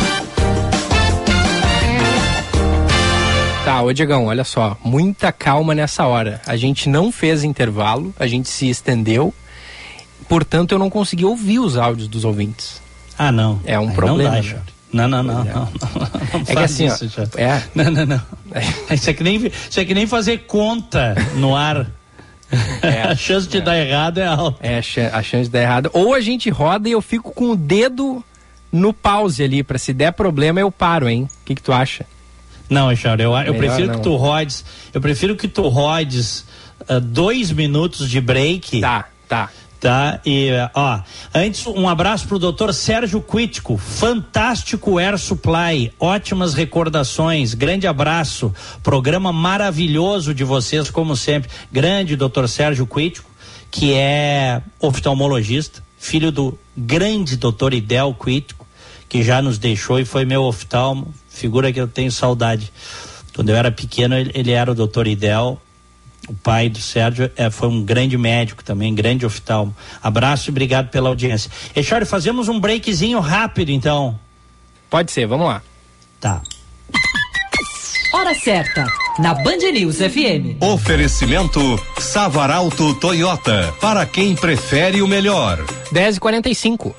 Tá, ô Diegão, olha só, muita calma nessa hora. A gente não fez intervalo, a gente se estendeu, portanto eu não consegui ouvir os áudios dos ouvintes. Ah, não. É um Aí problema. Não, dá, né? não, não, não, É. não, não, não É que faz assim, isso, ó, já. é, Não, não, não. Isso é que nem, isso é que nem fazer conta no ar. É, A chance de é. dar errado é alta. é a chan- a chance de dar errado. Ou a gente roda e eu fico com o dedo no pause ali, pra se der problema eu paro, hein? O que que tu acha? Não, Echauri, eu, eu Melhor prefiro não. que tu rodes, eu prefiro que tu rodes uh, dois minutos de break. Tá, tá. Tá, e ó, antes um abraço pro doutor Sérgio Quitico, fantástico Air Supply, ótimas recordações, grande abraço, programa maravilhoso de vocês, como sempre, grande doutor Sérgio Quitico, que é oftalmologista, filho do grande doutor Idel Quitico, que já nos deixou e foi meu oftalmo, figura que eu tenho saudade. Quando eu era pequeno, ele, ele era o doutor Idel. O pai do Sérgio é, foi um grande médico também, grande oftalmo. Abraço e obrigado pela audiência. Echauri, fazemos um breakzinho rápido, então. Pode ser, vamos lá. Tá. Hora certa, na Band News F M. Oferecimento Savaralto Toyota, para quem prefere o melhor. dez e quarenta e cinco.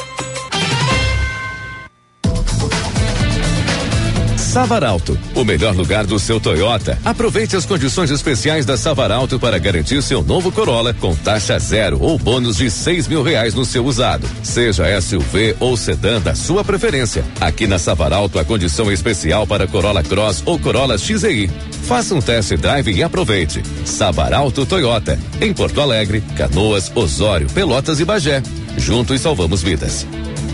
Savaralto, o melhor lugar do seu Toyota. Aproveite as condições especiais da Savaralto para garantir seu novo Corolla com taxa zero ou bônus de seis mil reais no seu usado. Seja S U V ou sedã da sua preferência. Aqui na Savaralto a condição é especial para Corolla Cross ou Corolla X E I. Faça um test drive e aproveite. Savaralto Toyota, em Porto Alegre, Canoas, Osório, Pelotas e Bagé. Juntos salvamos vidas.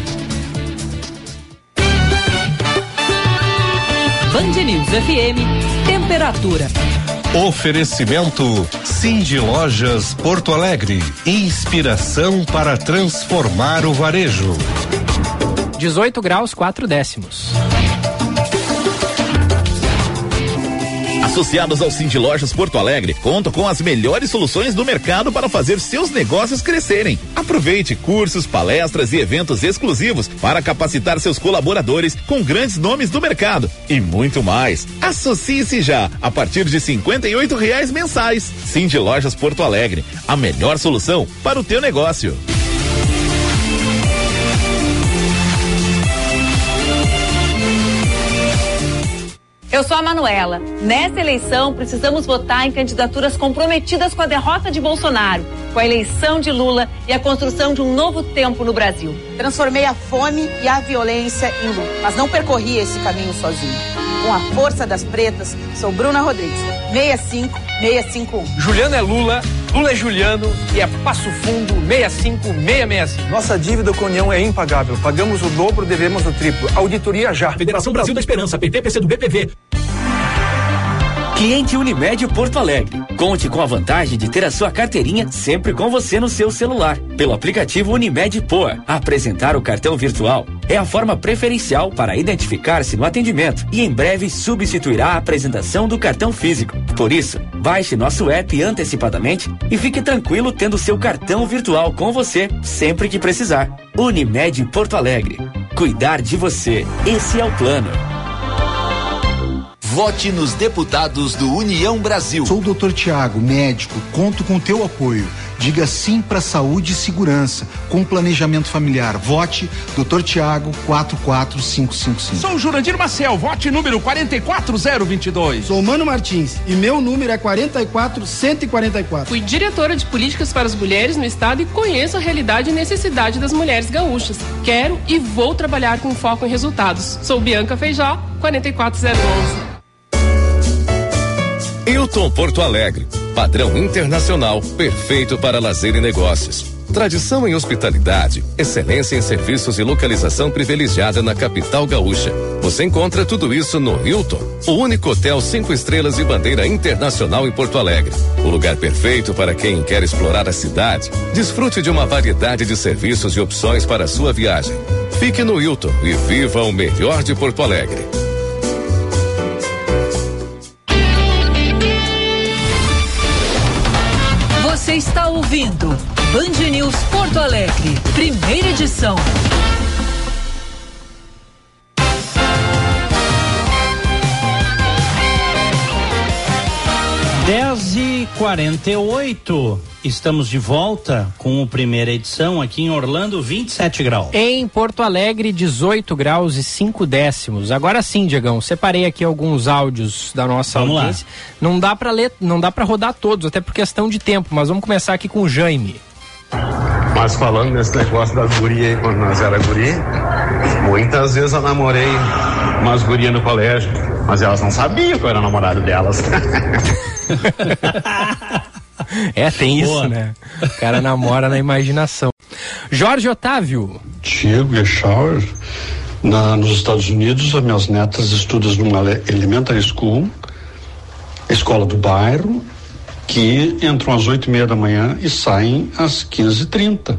Band News F M, temperatura. Oferecimento Cindy Lojas Porto Alegre, inspiração para transformar o varejo. dezoito graus, quatro décimos. A Associados ao Cindy Lojas Porto Alegre, contam com as melhores soluções do mercado para fazer seus negócios crescerem. Aproveite cursos, palestras e eventos exclusivos para capacitar seus colaboradores com grandes nomes do mercado e muito mais. Associe-se já a partir de cinquenta e oito reais mensais. Cindy Lojas Porto Alegre, a melhor solução para o teu negócio. Eu sou a Manuela. Nessa eleição, precisamos votar em candidaturas comprometidas com a derrota de Bolsonaro, com a eleição de Lula e a construção de um novo tempo no Brasil. Transformei a fome e a violência em luta, mas não percorri esse caminho sozinho. Com a força das pretas, sou Bruna Rodrigues, seis cinco seis cinco um. Juliano é Lula, Lula é Juliano e é Passo Fundo seis cinco seis seis cinco. Nossa dívida com a União é impagável. Pagamos o dobro, devemos o triplo. Auditoria já. Federação Brasil da Esperança, P T, P C do B P V. Cliente Unimed Porto Alegre. Conte com a vantagem de ter a sua carteirinha sempre com você no seu celular. Pelo aplicativo Unimed Poa. Apresentar o cartão virtual é a forma preferencial para identificar-se no atendimento e em breve substituirá a apresentação do cartão físico. Por isso, baixe nosso app antecipadamente e fique tranquilo tendo seu cartão virtual com você sempre que precisar. Unimed Porto Alegre. Cuidar de você. Esse é o plano. Vote nos deputados do União Brasil. Sou o doutor Tiago, médico, conto com teu apoio. Diga sim para saúde e segurança, com planejamento familiar. Vote doutor Tiago quatro quatro cinco cinco cinco. Sou o Jurandir Maciel, vote número quatro quatro zero dois dois. Sou Mano Martins e meu número é quatro quatro cento e quarenta e quatro. Fui diretora de políticas para as mulheres no estado e conheço a realidade e necessidade das mulheres gaúchas. Quero e vou trabalhar com foco em resultados. Sou Bianca Feijó, quatro quatro zero um um. Hilton Porto Alegre, padrão internacional, perfeito para lazer e negócios. Tradição em hospitalidade, excelência em serviços e localização privilegiada na capital gaúcha. Você encontra tudo isso no Hilton, o único hotel cinco estrelas e bandeira internacional em Porto Alegre. O lugar perfeito para quem quer explorar a cidade. Desfrute de uma variedade de serviços e opções para a sua viagem. Fique no Hilton e viva o melhor de Porto Alegre. Você está ouvindo Band News Porto Alegre, primeira edição. dez e quarenta e oito, estamos de volta com a primeira edição aqui em Orlando, vinte e sete graus. Em Porto Alegre, dezoito graus e cinco décimos. Agora sim, Diegão, separei aqui alguns áudios da nossa vamos audiência. Lá. Não dá para ler, não dá para rodar todos, até por questão de tempo, mas vamos começar aqui com o Jaime. Mas falando nesse negócio das gurias aí, quando nós era guri, muitas vezes eu namorei umas gurias no colégio, mas elas não sabiam que eu era namorado delas. É, tem isso, Boa. Né? O cara namora na imaginação. Jorge Otávio. Diego Echauer, na, nos Estados Unidos, as minhas netas estudam numa elementary school, escola do bairro, que entram às oito e meia da manhã e saem às quinze e trinta.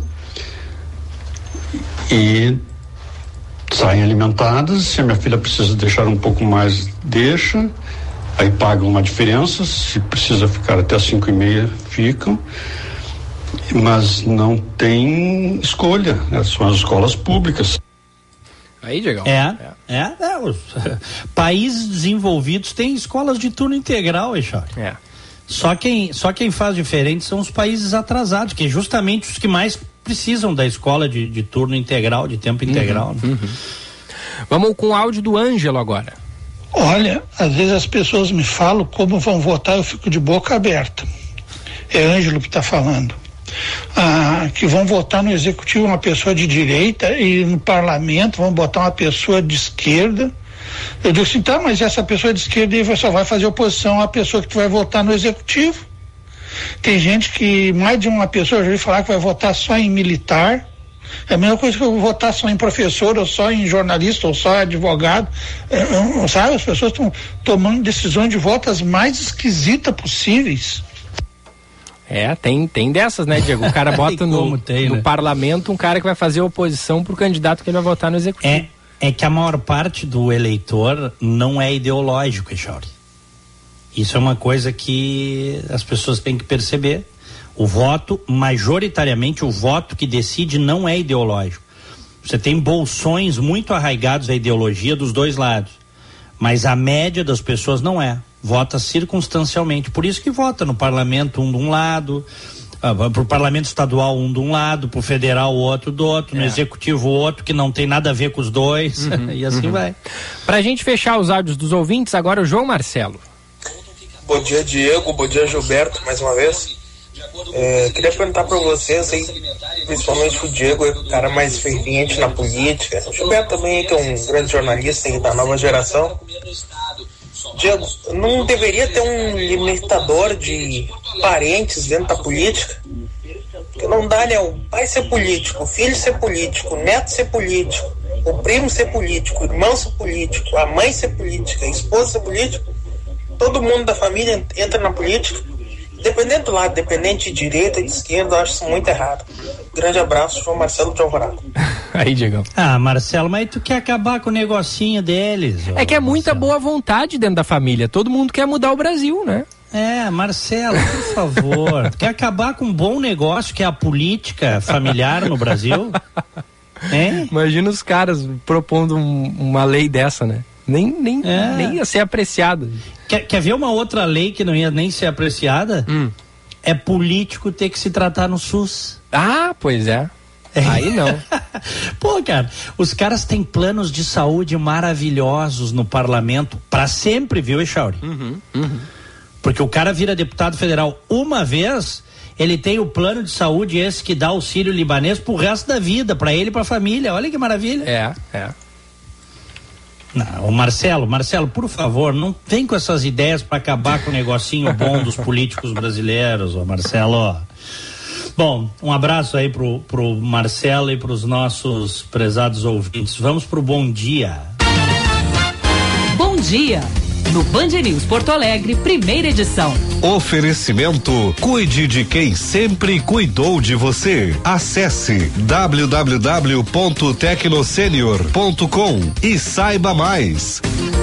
E saem alimentadas. Se a minha filha precisa deixar um pouco mais, deixa. Aí pagam uma diferença. Se precisa ficar até às cinco e meia, ficam. Mas não tem escolha, né? São as escolas públicas. Aí, Diego. É, é, é, é os países desenvolvidos têm escolas de turno integral, Eixar. É. Só quem, só quem faz diferente são os países atrasados, que é justamente os que mais precisam da escola de, de turno integral, de tempo integral. Uhum, né? uhum. Vamos com o áudio do Ângelo agora. Olha, às vezes as pessoas me falam como vão votar, eu fico de boca aberta. É Ângelo que está falando. Ah, que vão votar no executivo uma pessoa de direita e no parlamento vão botar uma pessoa de esquerda. Eu digo assim, tá, mas essa pessoa de esquerda aí só vai fazer oposição à pessoa que tu vai votar no executivo. Tem gente que, mais de uma pessoa, já ouvi falar que vai votar só em militar. É a mesma coisa que eu votar só em professor, ou só em jornalista, ou só em advogado. É, sabe, as pessoas estão tomando decisões de voto as mais esquisitas possíveis. É, tem, tem dessas, né, Diego? O cara bota no, tem, no né? parlamento um cara que vai fazer oposição pro candidato que ele vai votar no executivo. É, é que a maior parte do eleitor não é ideológico, Echauri. Isso é uma coisa que as pessoas têm que perceber. O voto, majoritariamente, o voto que decide não é ideológico. Você tem bolsões muito arraigados à ideologia dos dois lados, mas a média das pessoas não é. Vota circunstancialmente. Por isso que vota no parlamento um de um lado, uh, pro parlamento estadual um de um lado, pro federal o outro do outro, é. no executivo o outro, que não tem nada a ver com os dois, uhum, e assim uhum. vai. Pra gente fechar os áudios dos ouvintes, agora o João Marcelo. Bom dia, Diego. Bom dia, Gilberto, mais uma vez. É, queria perguntar para vocês aí, principalmente o Diego, é o cara mais ferviente na política, o Gilberto também, que é um grande jornalista aí da nova geração. Diego, não deveria ter um limitador de parentes dentro da política? Porque não dá, né? O pai ser político, o filho ser político, o neto ser político, o primo ser político, o irmão ser político, a mãe ser política, a esposa ser política. Todo mundo da família entra na política. Dependendo do lado, dependente de direita e de esquerda, eu acho isso muito errado. Grande abraço, João Marcelo de Alvorada. Aí, Diegão. Ah, Marcelo, mas tu quer acabar com o negocinho deles? É que é muita boa vontade dentro da família. Todo mundo quer mudar o Brasil, né? É, Marcelo, por favor. Tu quer acabar com um bom negócio que é a política familiar no Brasil? É? Imagina os caras propondo um, uma lei dessa, né? Nem, nem, é. nem ia ser apreciada. Quer, quer ver uma outra lei que não ia nem ser apreciada? Hum. É político ter que se tratar no SUS. Ah, pois é. é. Aí não. Pô, cara, os caras têm planos de saúde maravilhosos no parlamento pra sempre, viu, Echauri? Uhum, uhum. Porque o cara vira deputado federal uma vez, ele tem o plano de saúde esse que dá auxílio libanês pro resto da vida, pra ele e pra família. Olha que maravilha. É, é. Não, o Marcelo, Marcelo, por favor, não vem com essas ideias para acabar com o negocinho bom dos políticos brasileiros, ô Marcelo. Bom, um abraço aí pro, pro Marcelo e pros nossos prezados ouvintes. Vamos pro Bom Dia. Bom Dia, no Band News Porto Alegre, primeira edição. Oferecimento: cuide de quem sempre cuidou de você. Acesse w w w ponto tecnosenior ponto com e saiba mais.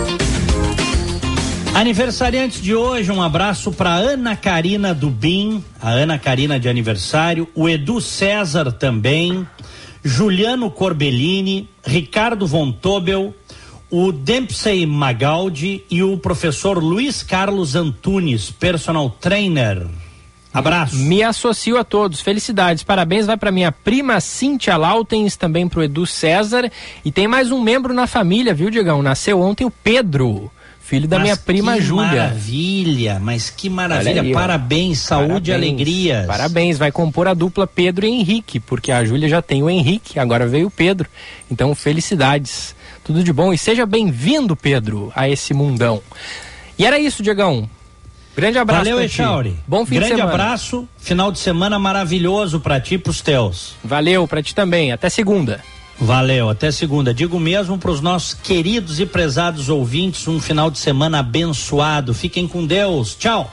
Aniversariantes de hoje, um abraço para Ana Karina Dubin, a Ana Karina de aniversário, o Edu César também, Juliano Corbellini, Ricardo Von Tobel, o Dempsey Magaldi e o professor Luiz Carlos Antunes, personal trainer. Abraço. Me associo a todos, felicidades, parabéns, vai para minha prima Cíntia Lautens, também pro Edu César, e tem mais um membro na família, viu, Diegão? Nasceu ontem o Pedro, filho da mas minha prima Júlia. Que maravilha, mas que maravilha, aí, parabéns, saúde e alegrias. Parabéns, vai compor a dupla Pedro e Henrique, porque a Júlia já tem o Henrique, agora veio o Pedro, então felicidades. Tudo de bom e seja bem-vindo, Pedro, a esse mundão. E era isso, Diegão. Grande abraço. Valeu, Echauri. Bom fim Grande de semana. Grande abraço, final de semana maravilhoso pra ti e pros teus. Valeu, pra ti também. Até segunda. Valeu, até segunda. Digo mesmo pros nossos queridos e prezados ouvintes, um final de semana abençoado. Fiquem com Deus. Tchau.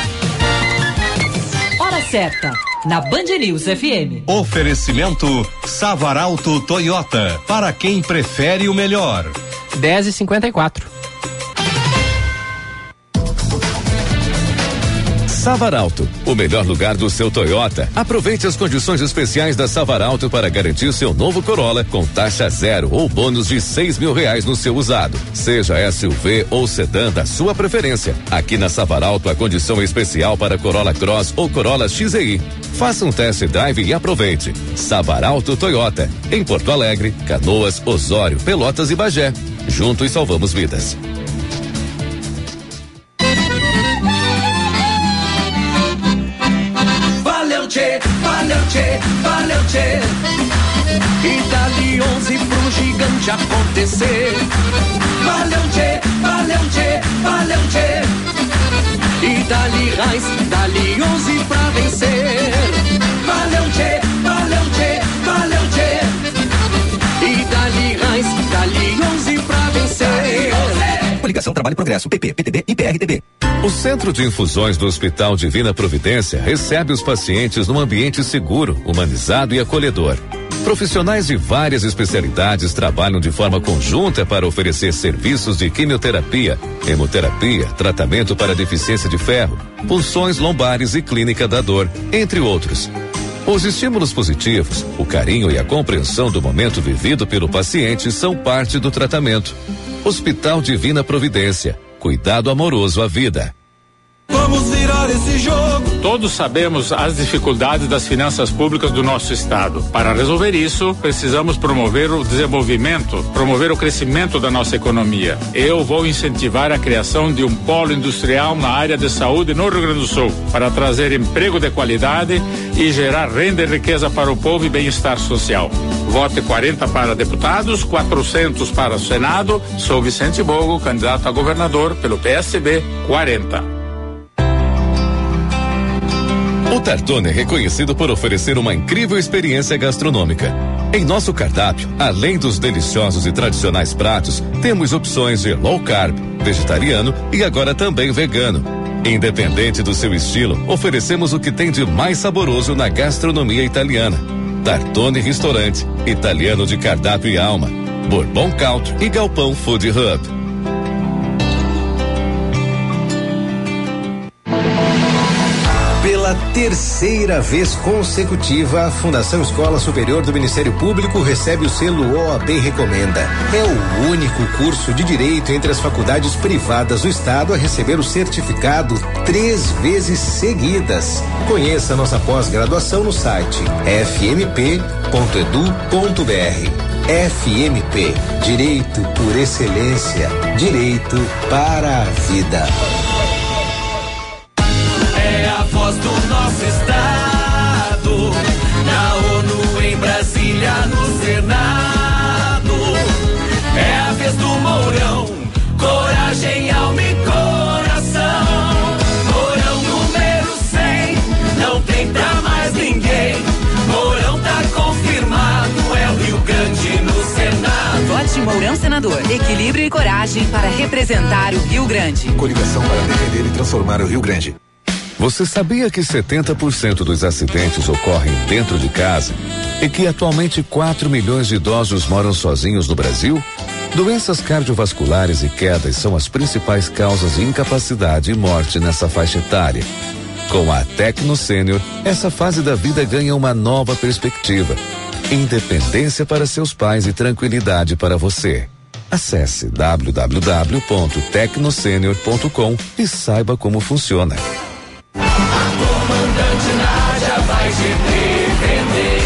Hora certa. Na Band News F M. Oferecimento Savaralto Toyota, para quem prefere o melhor. dez e cinquenta e quatro. Savaralto, o melhor lugar do seu Toyota. Aproveite as condições especiais da Savaralto para garantir seu novo Corolla com taxa zero ou bônus de seis mil reais no seu usado. Seja S U V ou sedã da sua preferência. Aqui na Savaralto a condição é especial para Corolla Cross ou Corolla X E I. Faça um test drive e aproveite. Savaralto Toyota, em Porto Alegre, Canoas, Osório, Pelotas e Bagé. Juntos salvamos vidas. Valeu, tchê, valeu, tchê. E dali onze pro gigante acontecer. Valeu, tchê, valeu, tchê, valeu, tchê. E dali raiz, dali onze pra vencer. Valeu, tchê, valeu, tchê, valeu, tchê. E dali raiz, dali onze pra vencer. Coligação Trabalho e Progresso, P P, P T B e P R T B. O Centro de Infusões do Hospital Divina Providência recebe os pacientes num ambiente seguro, humanizado e acolhedor. Profissionais de várias especialidades trabalham de forma conjunta para oferecer serviços de quimioterapia, hemoterapia, tratamento para deficiência de ferro, punções lombares e clínica da dor, entre outros. Os estímulos positivos, o carinho e a compreensão do momento vivido pelo paciente são parte do tratamento. Hospital Divina Providência. Cuidado amoroso à vida. Vamos virar esse jogo. Todos sabemos as dificuldades das finanças públicas do nosso estado. Para resolver isso, precisamos promover o desenvolvimento, promover o crescimento da nossa economia. Eu vou incentivar a criação de um polo industrial na área de saúde no Rio Grande do Sul, para trazer emprego de qualidade e gerar renda e riqueza para o povo e bem-estar social. Vote quarenta para deputados, quatrocentos para o Senado. Sou Vicente Bogo, candidato a governador pelo P S B quarenta. O Tartone é reconhecido por oferecer uma incrível experiência gastronômica. Em nosso cardápio, além dos deliciosos e tradicionais pratos, temos opções de low carb, vegetariano e agora também vegano. Independente do seu estilo, oferecemos o que tem de mais saboroso na gastronomia italiana. Tartone Restaurante, italiano de cardápio e alma. Bourbon Country e Galpão Food Hub. Pela terceira vez consecutiva, a Fundação Escola Superior do Ministério Público recebe o selo O A B Recomenda. É o único curso de direito entre as faculdades privadas do estado a receber o certificado três vezes seguidas. Conheça nossa pós-graduação no site f m p ponto e d u ponto b r. F M P, Direito por Excelência, Direito para a Vida. A voz do nosso estado, na ONU, em Brasília, no Senado. É a vez do Mourão, coragem, alma e coração. Mourão número cem, não tem pra mais ninguém. Mourão tá confirmado, é o Rio Grande no Senado. Vote Mourão Senador, equilíbrio e coragem para representar o Rio Grande. Coligação para defender e transformar o Rio Grande. Você sabia que setenta por cento dos acidentes ocorrem dentro de casa e que atualmente quatro milhões de idosos moram sozinhos no Brasil? Doenças cardiovasculares e quedas são as principais causas de incapacidade e morte nessa faixa etária. Com a Tecno Sênior, essa fase da vida ganha uma nova perspectiva. Independência para seus pais e tranquilidade para você. Acesse w w w ponto tecno sênior ponto com e saiba como funciona. Comandante Nádia vai te defender.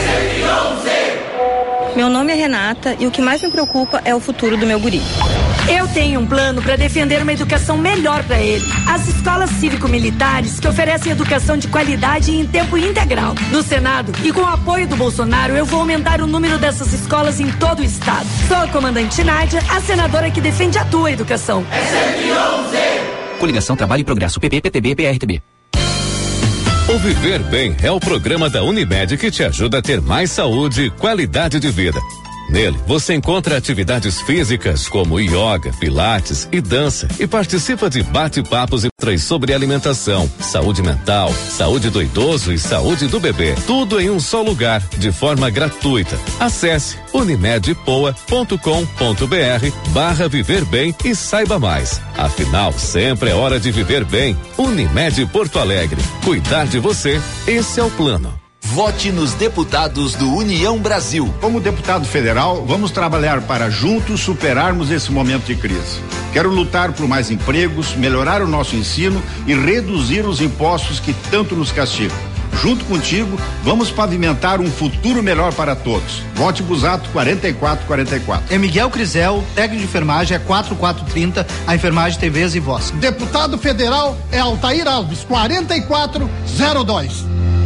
Meu nome é Renata e o que mais me preocupa é o futuro do meu guri. Eu tenho um plano para defender uma educação melhor para ele. As escolas cívico-militares que oferecem educação de qualidade e em tempo integral. No Senado e com o apoio do Bolsonaro, eu vou aumentar o número dessas escolas em todo o estado. Sou a comandante Nádia, a senadora que defende a tua educação. É cento e onze. Coligação Trabalho e Progresso, P P, P T B, P R T B. O Viver Bem é o programa da Unimed que te ajuda a ter mais saúde e qualidade de vida. Nele, você encontra atividades físicas como yoga, pilates e dança e participa de bate-papos e traz sobre alimentação, saúde mental, saúde do idoso e saúde do bebê. Tudo em um só lugar, de forma gratuita. Acesse unimedpoa ponto com ponto b r barra Viver Bem e saiba mais. Afinal, sempre é hora de viver bem. Unimed Porto Alegre. Cuidar de você, esse é o plano. Vote nos deputados do União Brasil. Como deputado federal, vamos trabalhar para juntos superarmos esse momento de crise. Quero lutar por mais empregos, melhorar o nosso ensino e reduzir os impostos que tanto nos castigam. Junto contigo, vamos pavimentar um futuro melhor para todos. Vote Busato quatro quatro quatro quatro. É Miguel Crisel, técnico de enfermagem é quatro quatro trinta, a enfermagem tem vez e voz. Deputado federal é Altair Alves, quarenta e quatro zero dois.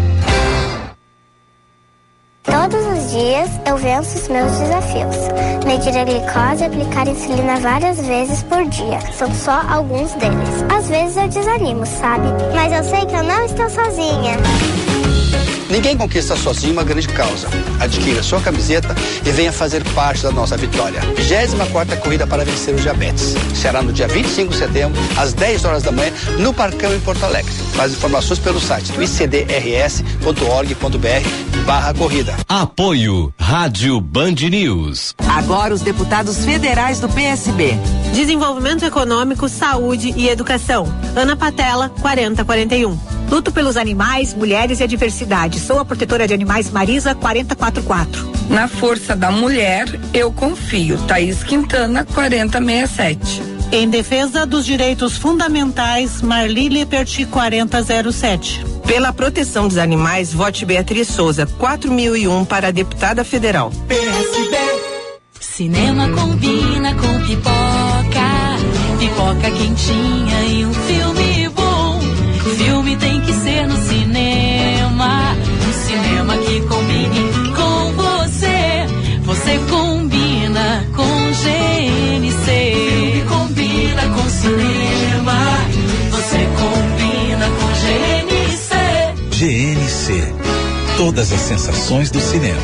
Todos os dias eu venço os meus desafios. Medir a glicose e aplicar insulina várias vezes por dia. São só alguns deles. Às vezes eu desanimo, sabe? Mas eu sei que eu não estou sozinha. Ninguém conquista sozinho uma grande causa. Adquira sua camiseta e venha fazer parte da nossa vitória. vigésima quarta Corrida para Vencer o Diabetes. Será no dia vinte e cinco de setembro, às dez horas da manhã, no Parcão em Porto Alegre. Mais informações pelo site do i c d r s ponto org ponto b r barra corrida. Apoio Rádio Band News. Agora os deputados federais do P S B. Desenvolvimento Econômico, Saúde e Educação. Ana Patela, quarenta quarenta e um. Luto pelos animais, mulheres e a diversidade. Sou a protetora de animais Marisa, quarenta quarenta e quatro. Na força da mulher, eu confio. Thaís Quintana, quarenta sessenta e sete. Em defesa dos direitos fundamentais, Marli Leperti, quarenta zero sete. Pela proteção dos animais, vote Beatriz Souza, quatro mil e um para a deputada federal. P S B. Cinema combina com pipoca, pipoca quentinha e um filme bom. Filme tem que ser no cinema, um cinema que combine com você. Você combina com G N C. Filme combina com cinema, você combina com G N C. G N C, todas as sensações do cinema.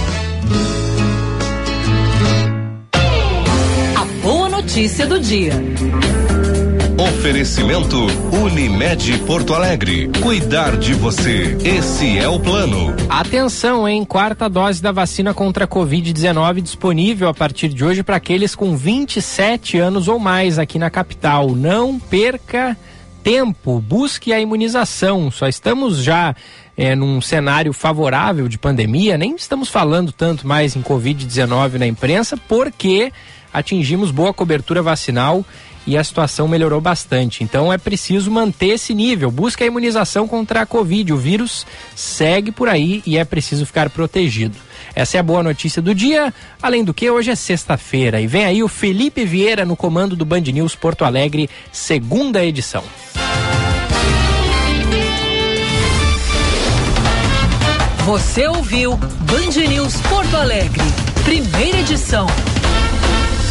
Notícia do dia. Oferecimento Unimed Porto Alegre. Cuidar de você. Esse é o plano. Atenção, hein? Quarta dose da vacina contra a covid dezenove disponível a partir de hoje para aqueles com vinte e sete anos ou mais aqui na capital. Não perca tempo. Busque a imunização. Só estamos já é, num cenário favorável de pandemia. Nem estamos falando tanto mais em covid dezenove na imprensa porque atingimos boa cobertura vacinal e a situação melhorou bastante. Então é preciso manter esse nível. Busca a imunização contra a Covid. O vírus segue por aí e é preciso ficar protegido. Essa é a boa notícia do dia. Além do que, hoje é sexta-feira e vem aí o Felipe Vieira no comando do Band News Porto Alegre, segunda edição. Você ouviu Band News Porto Alegre, primeira edição.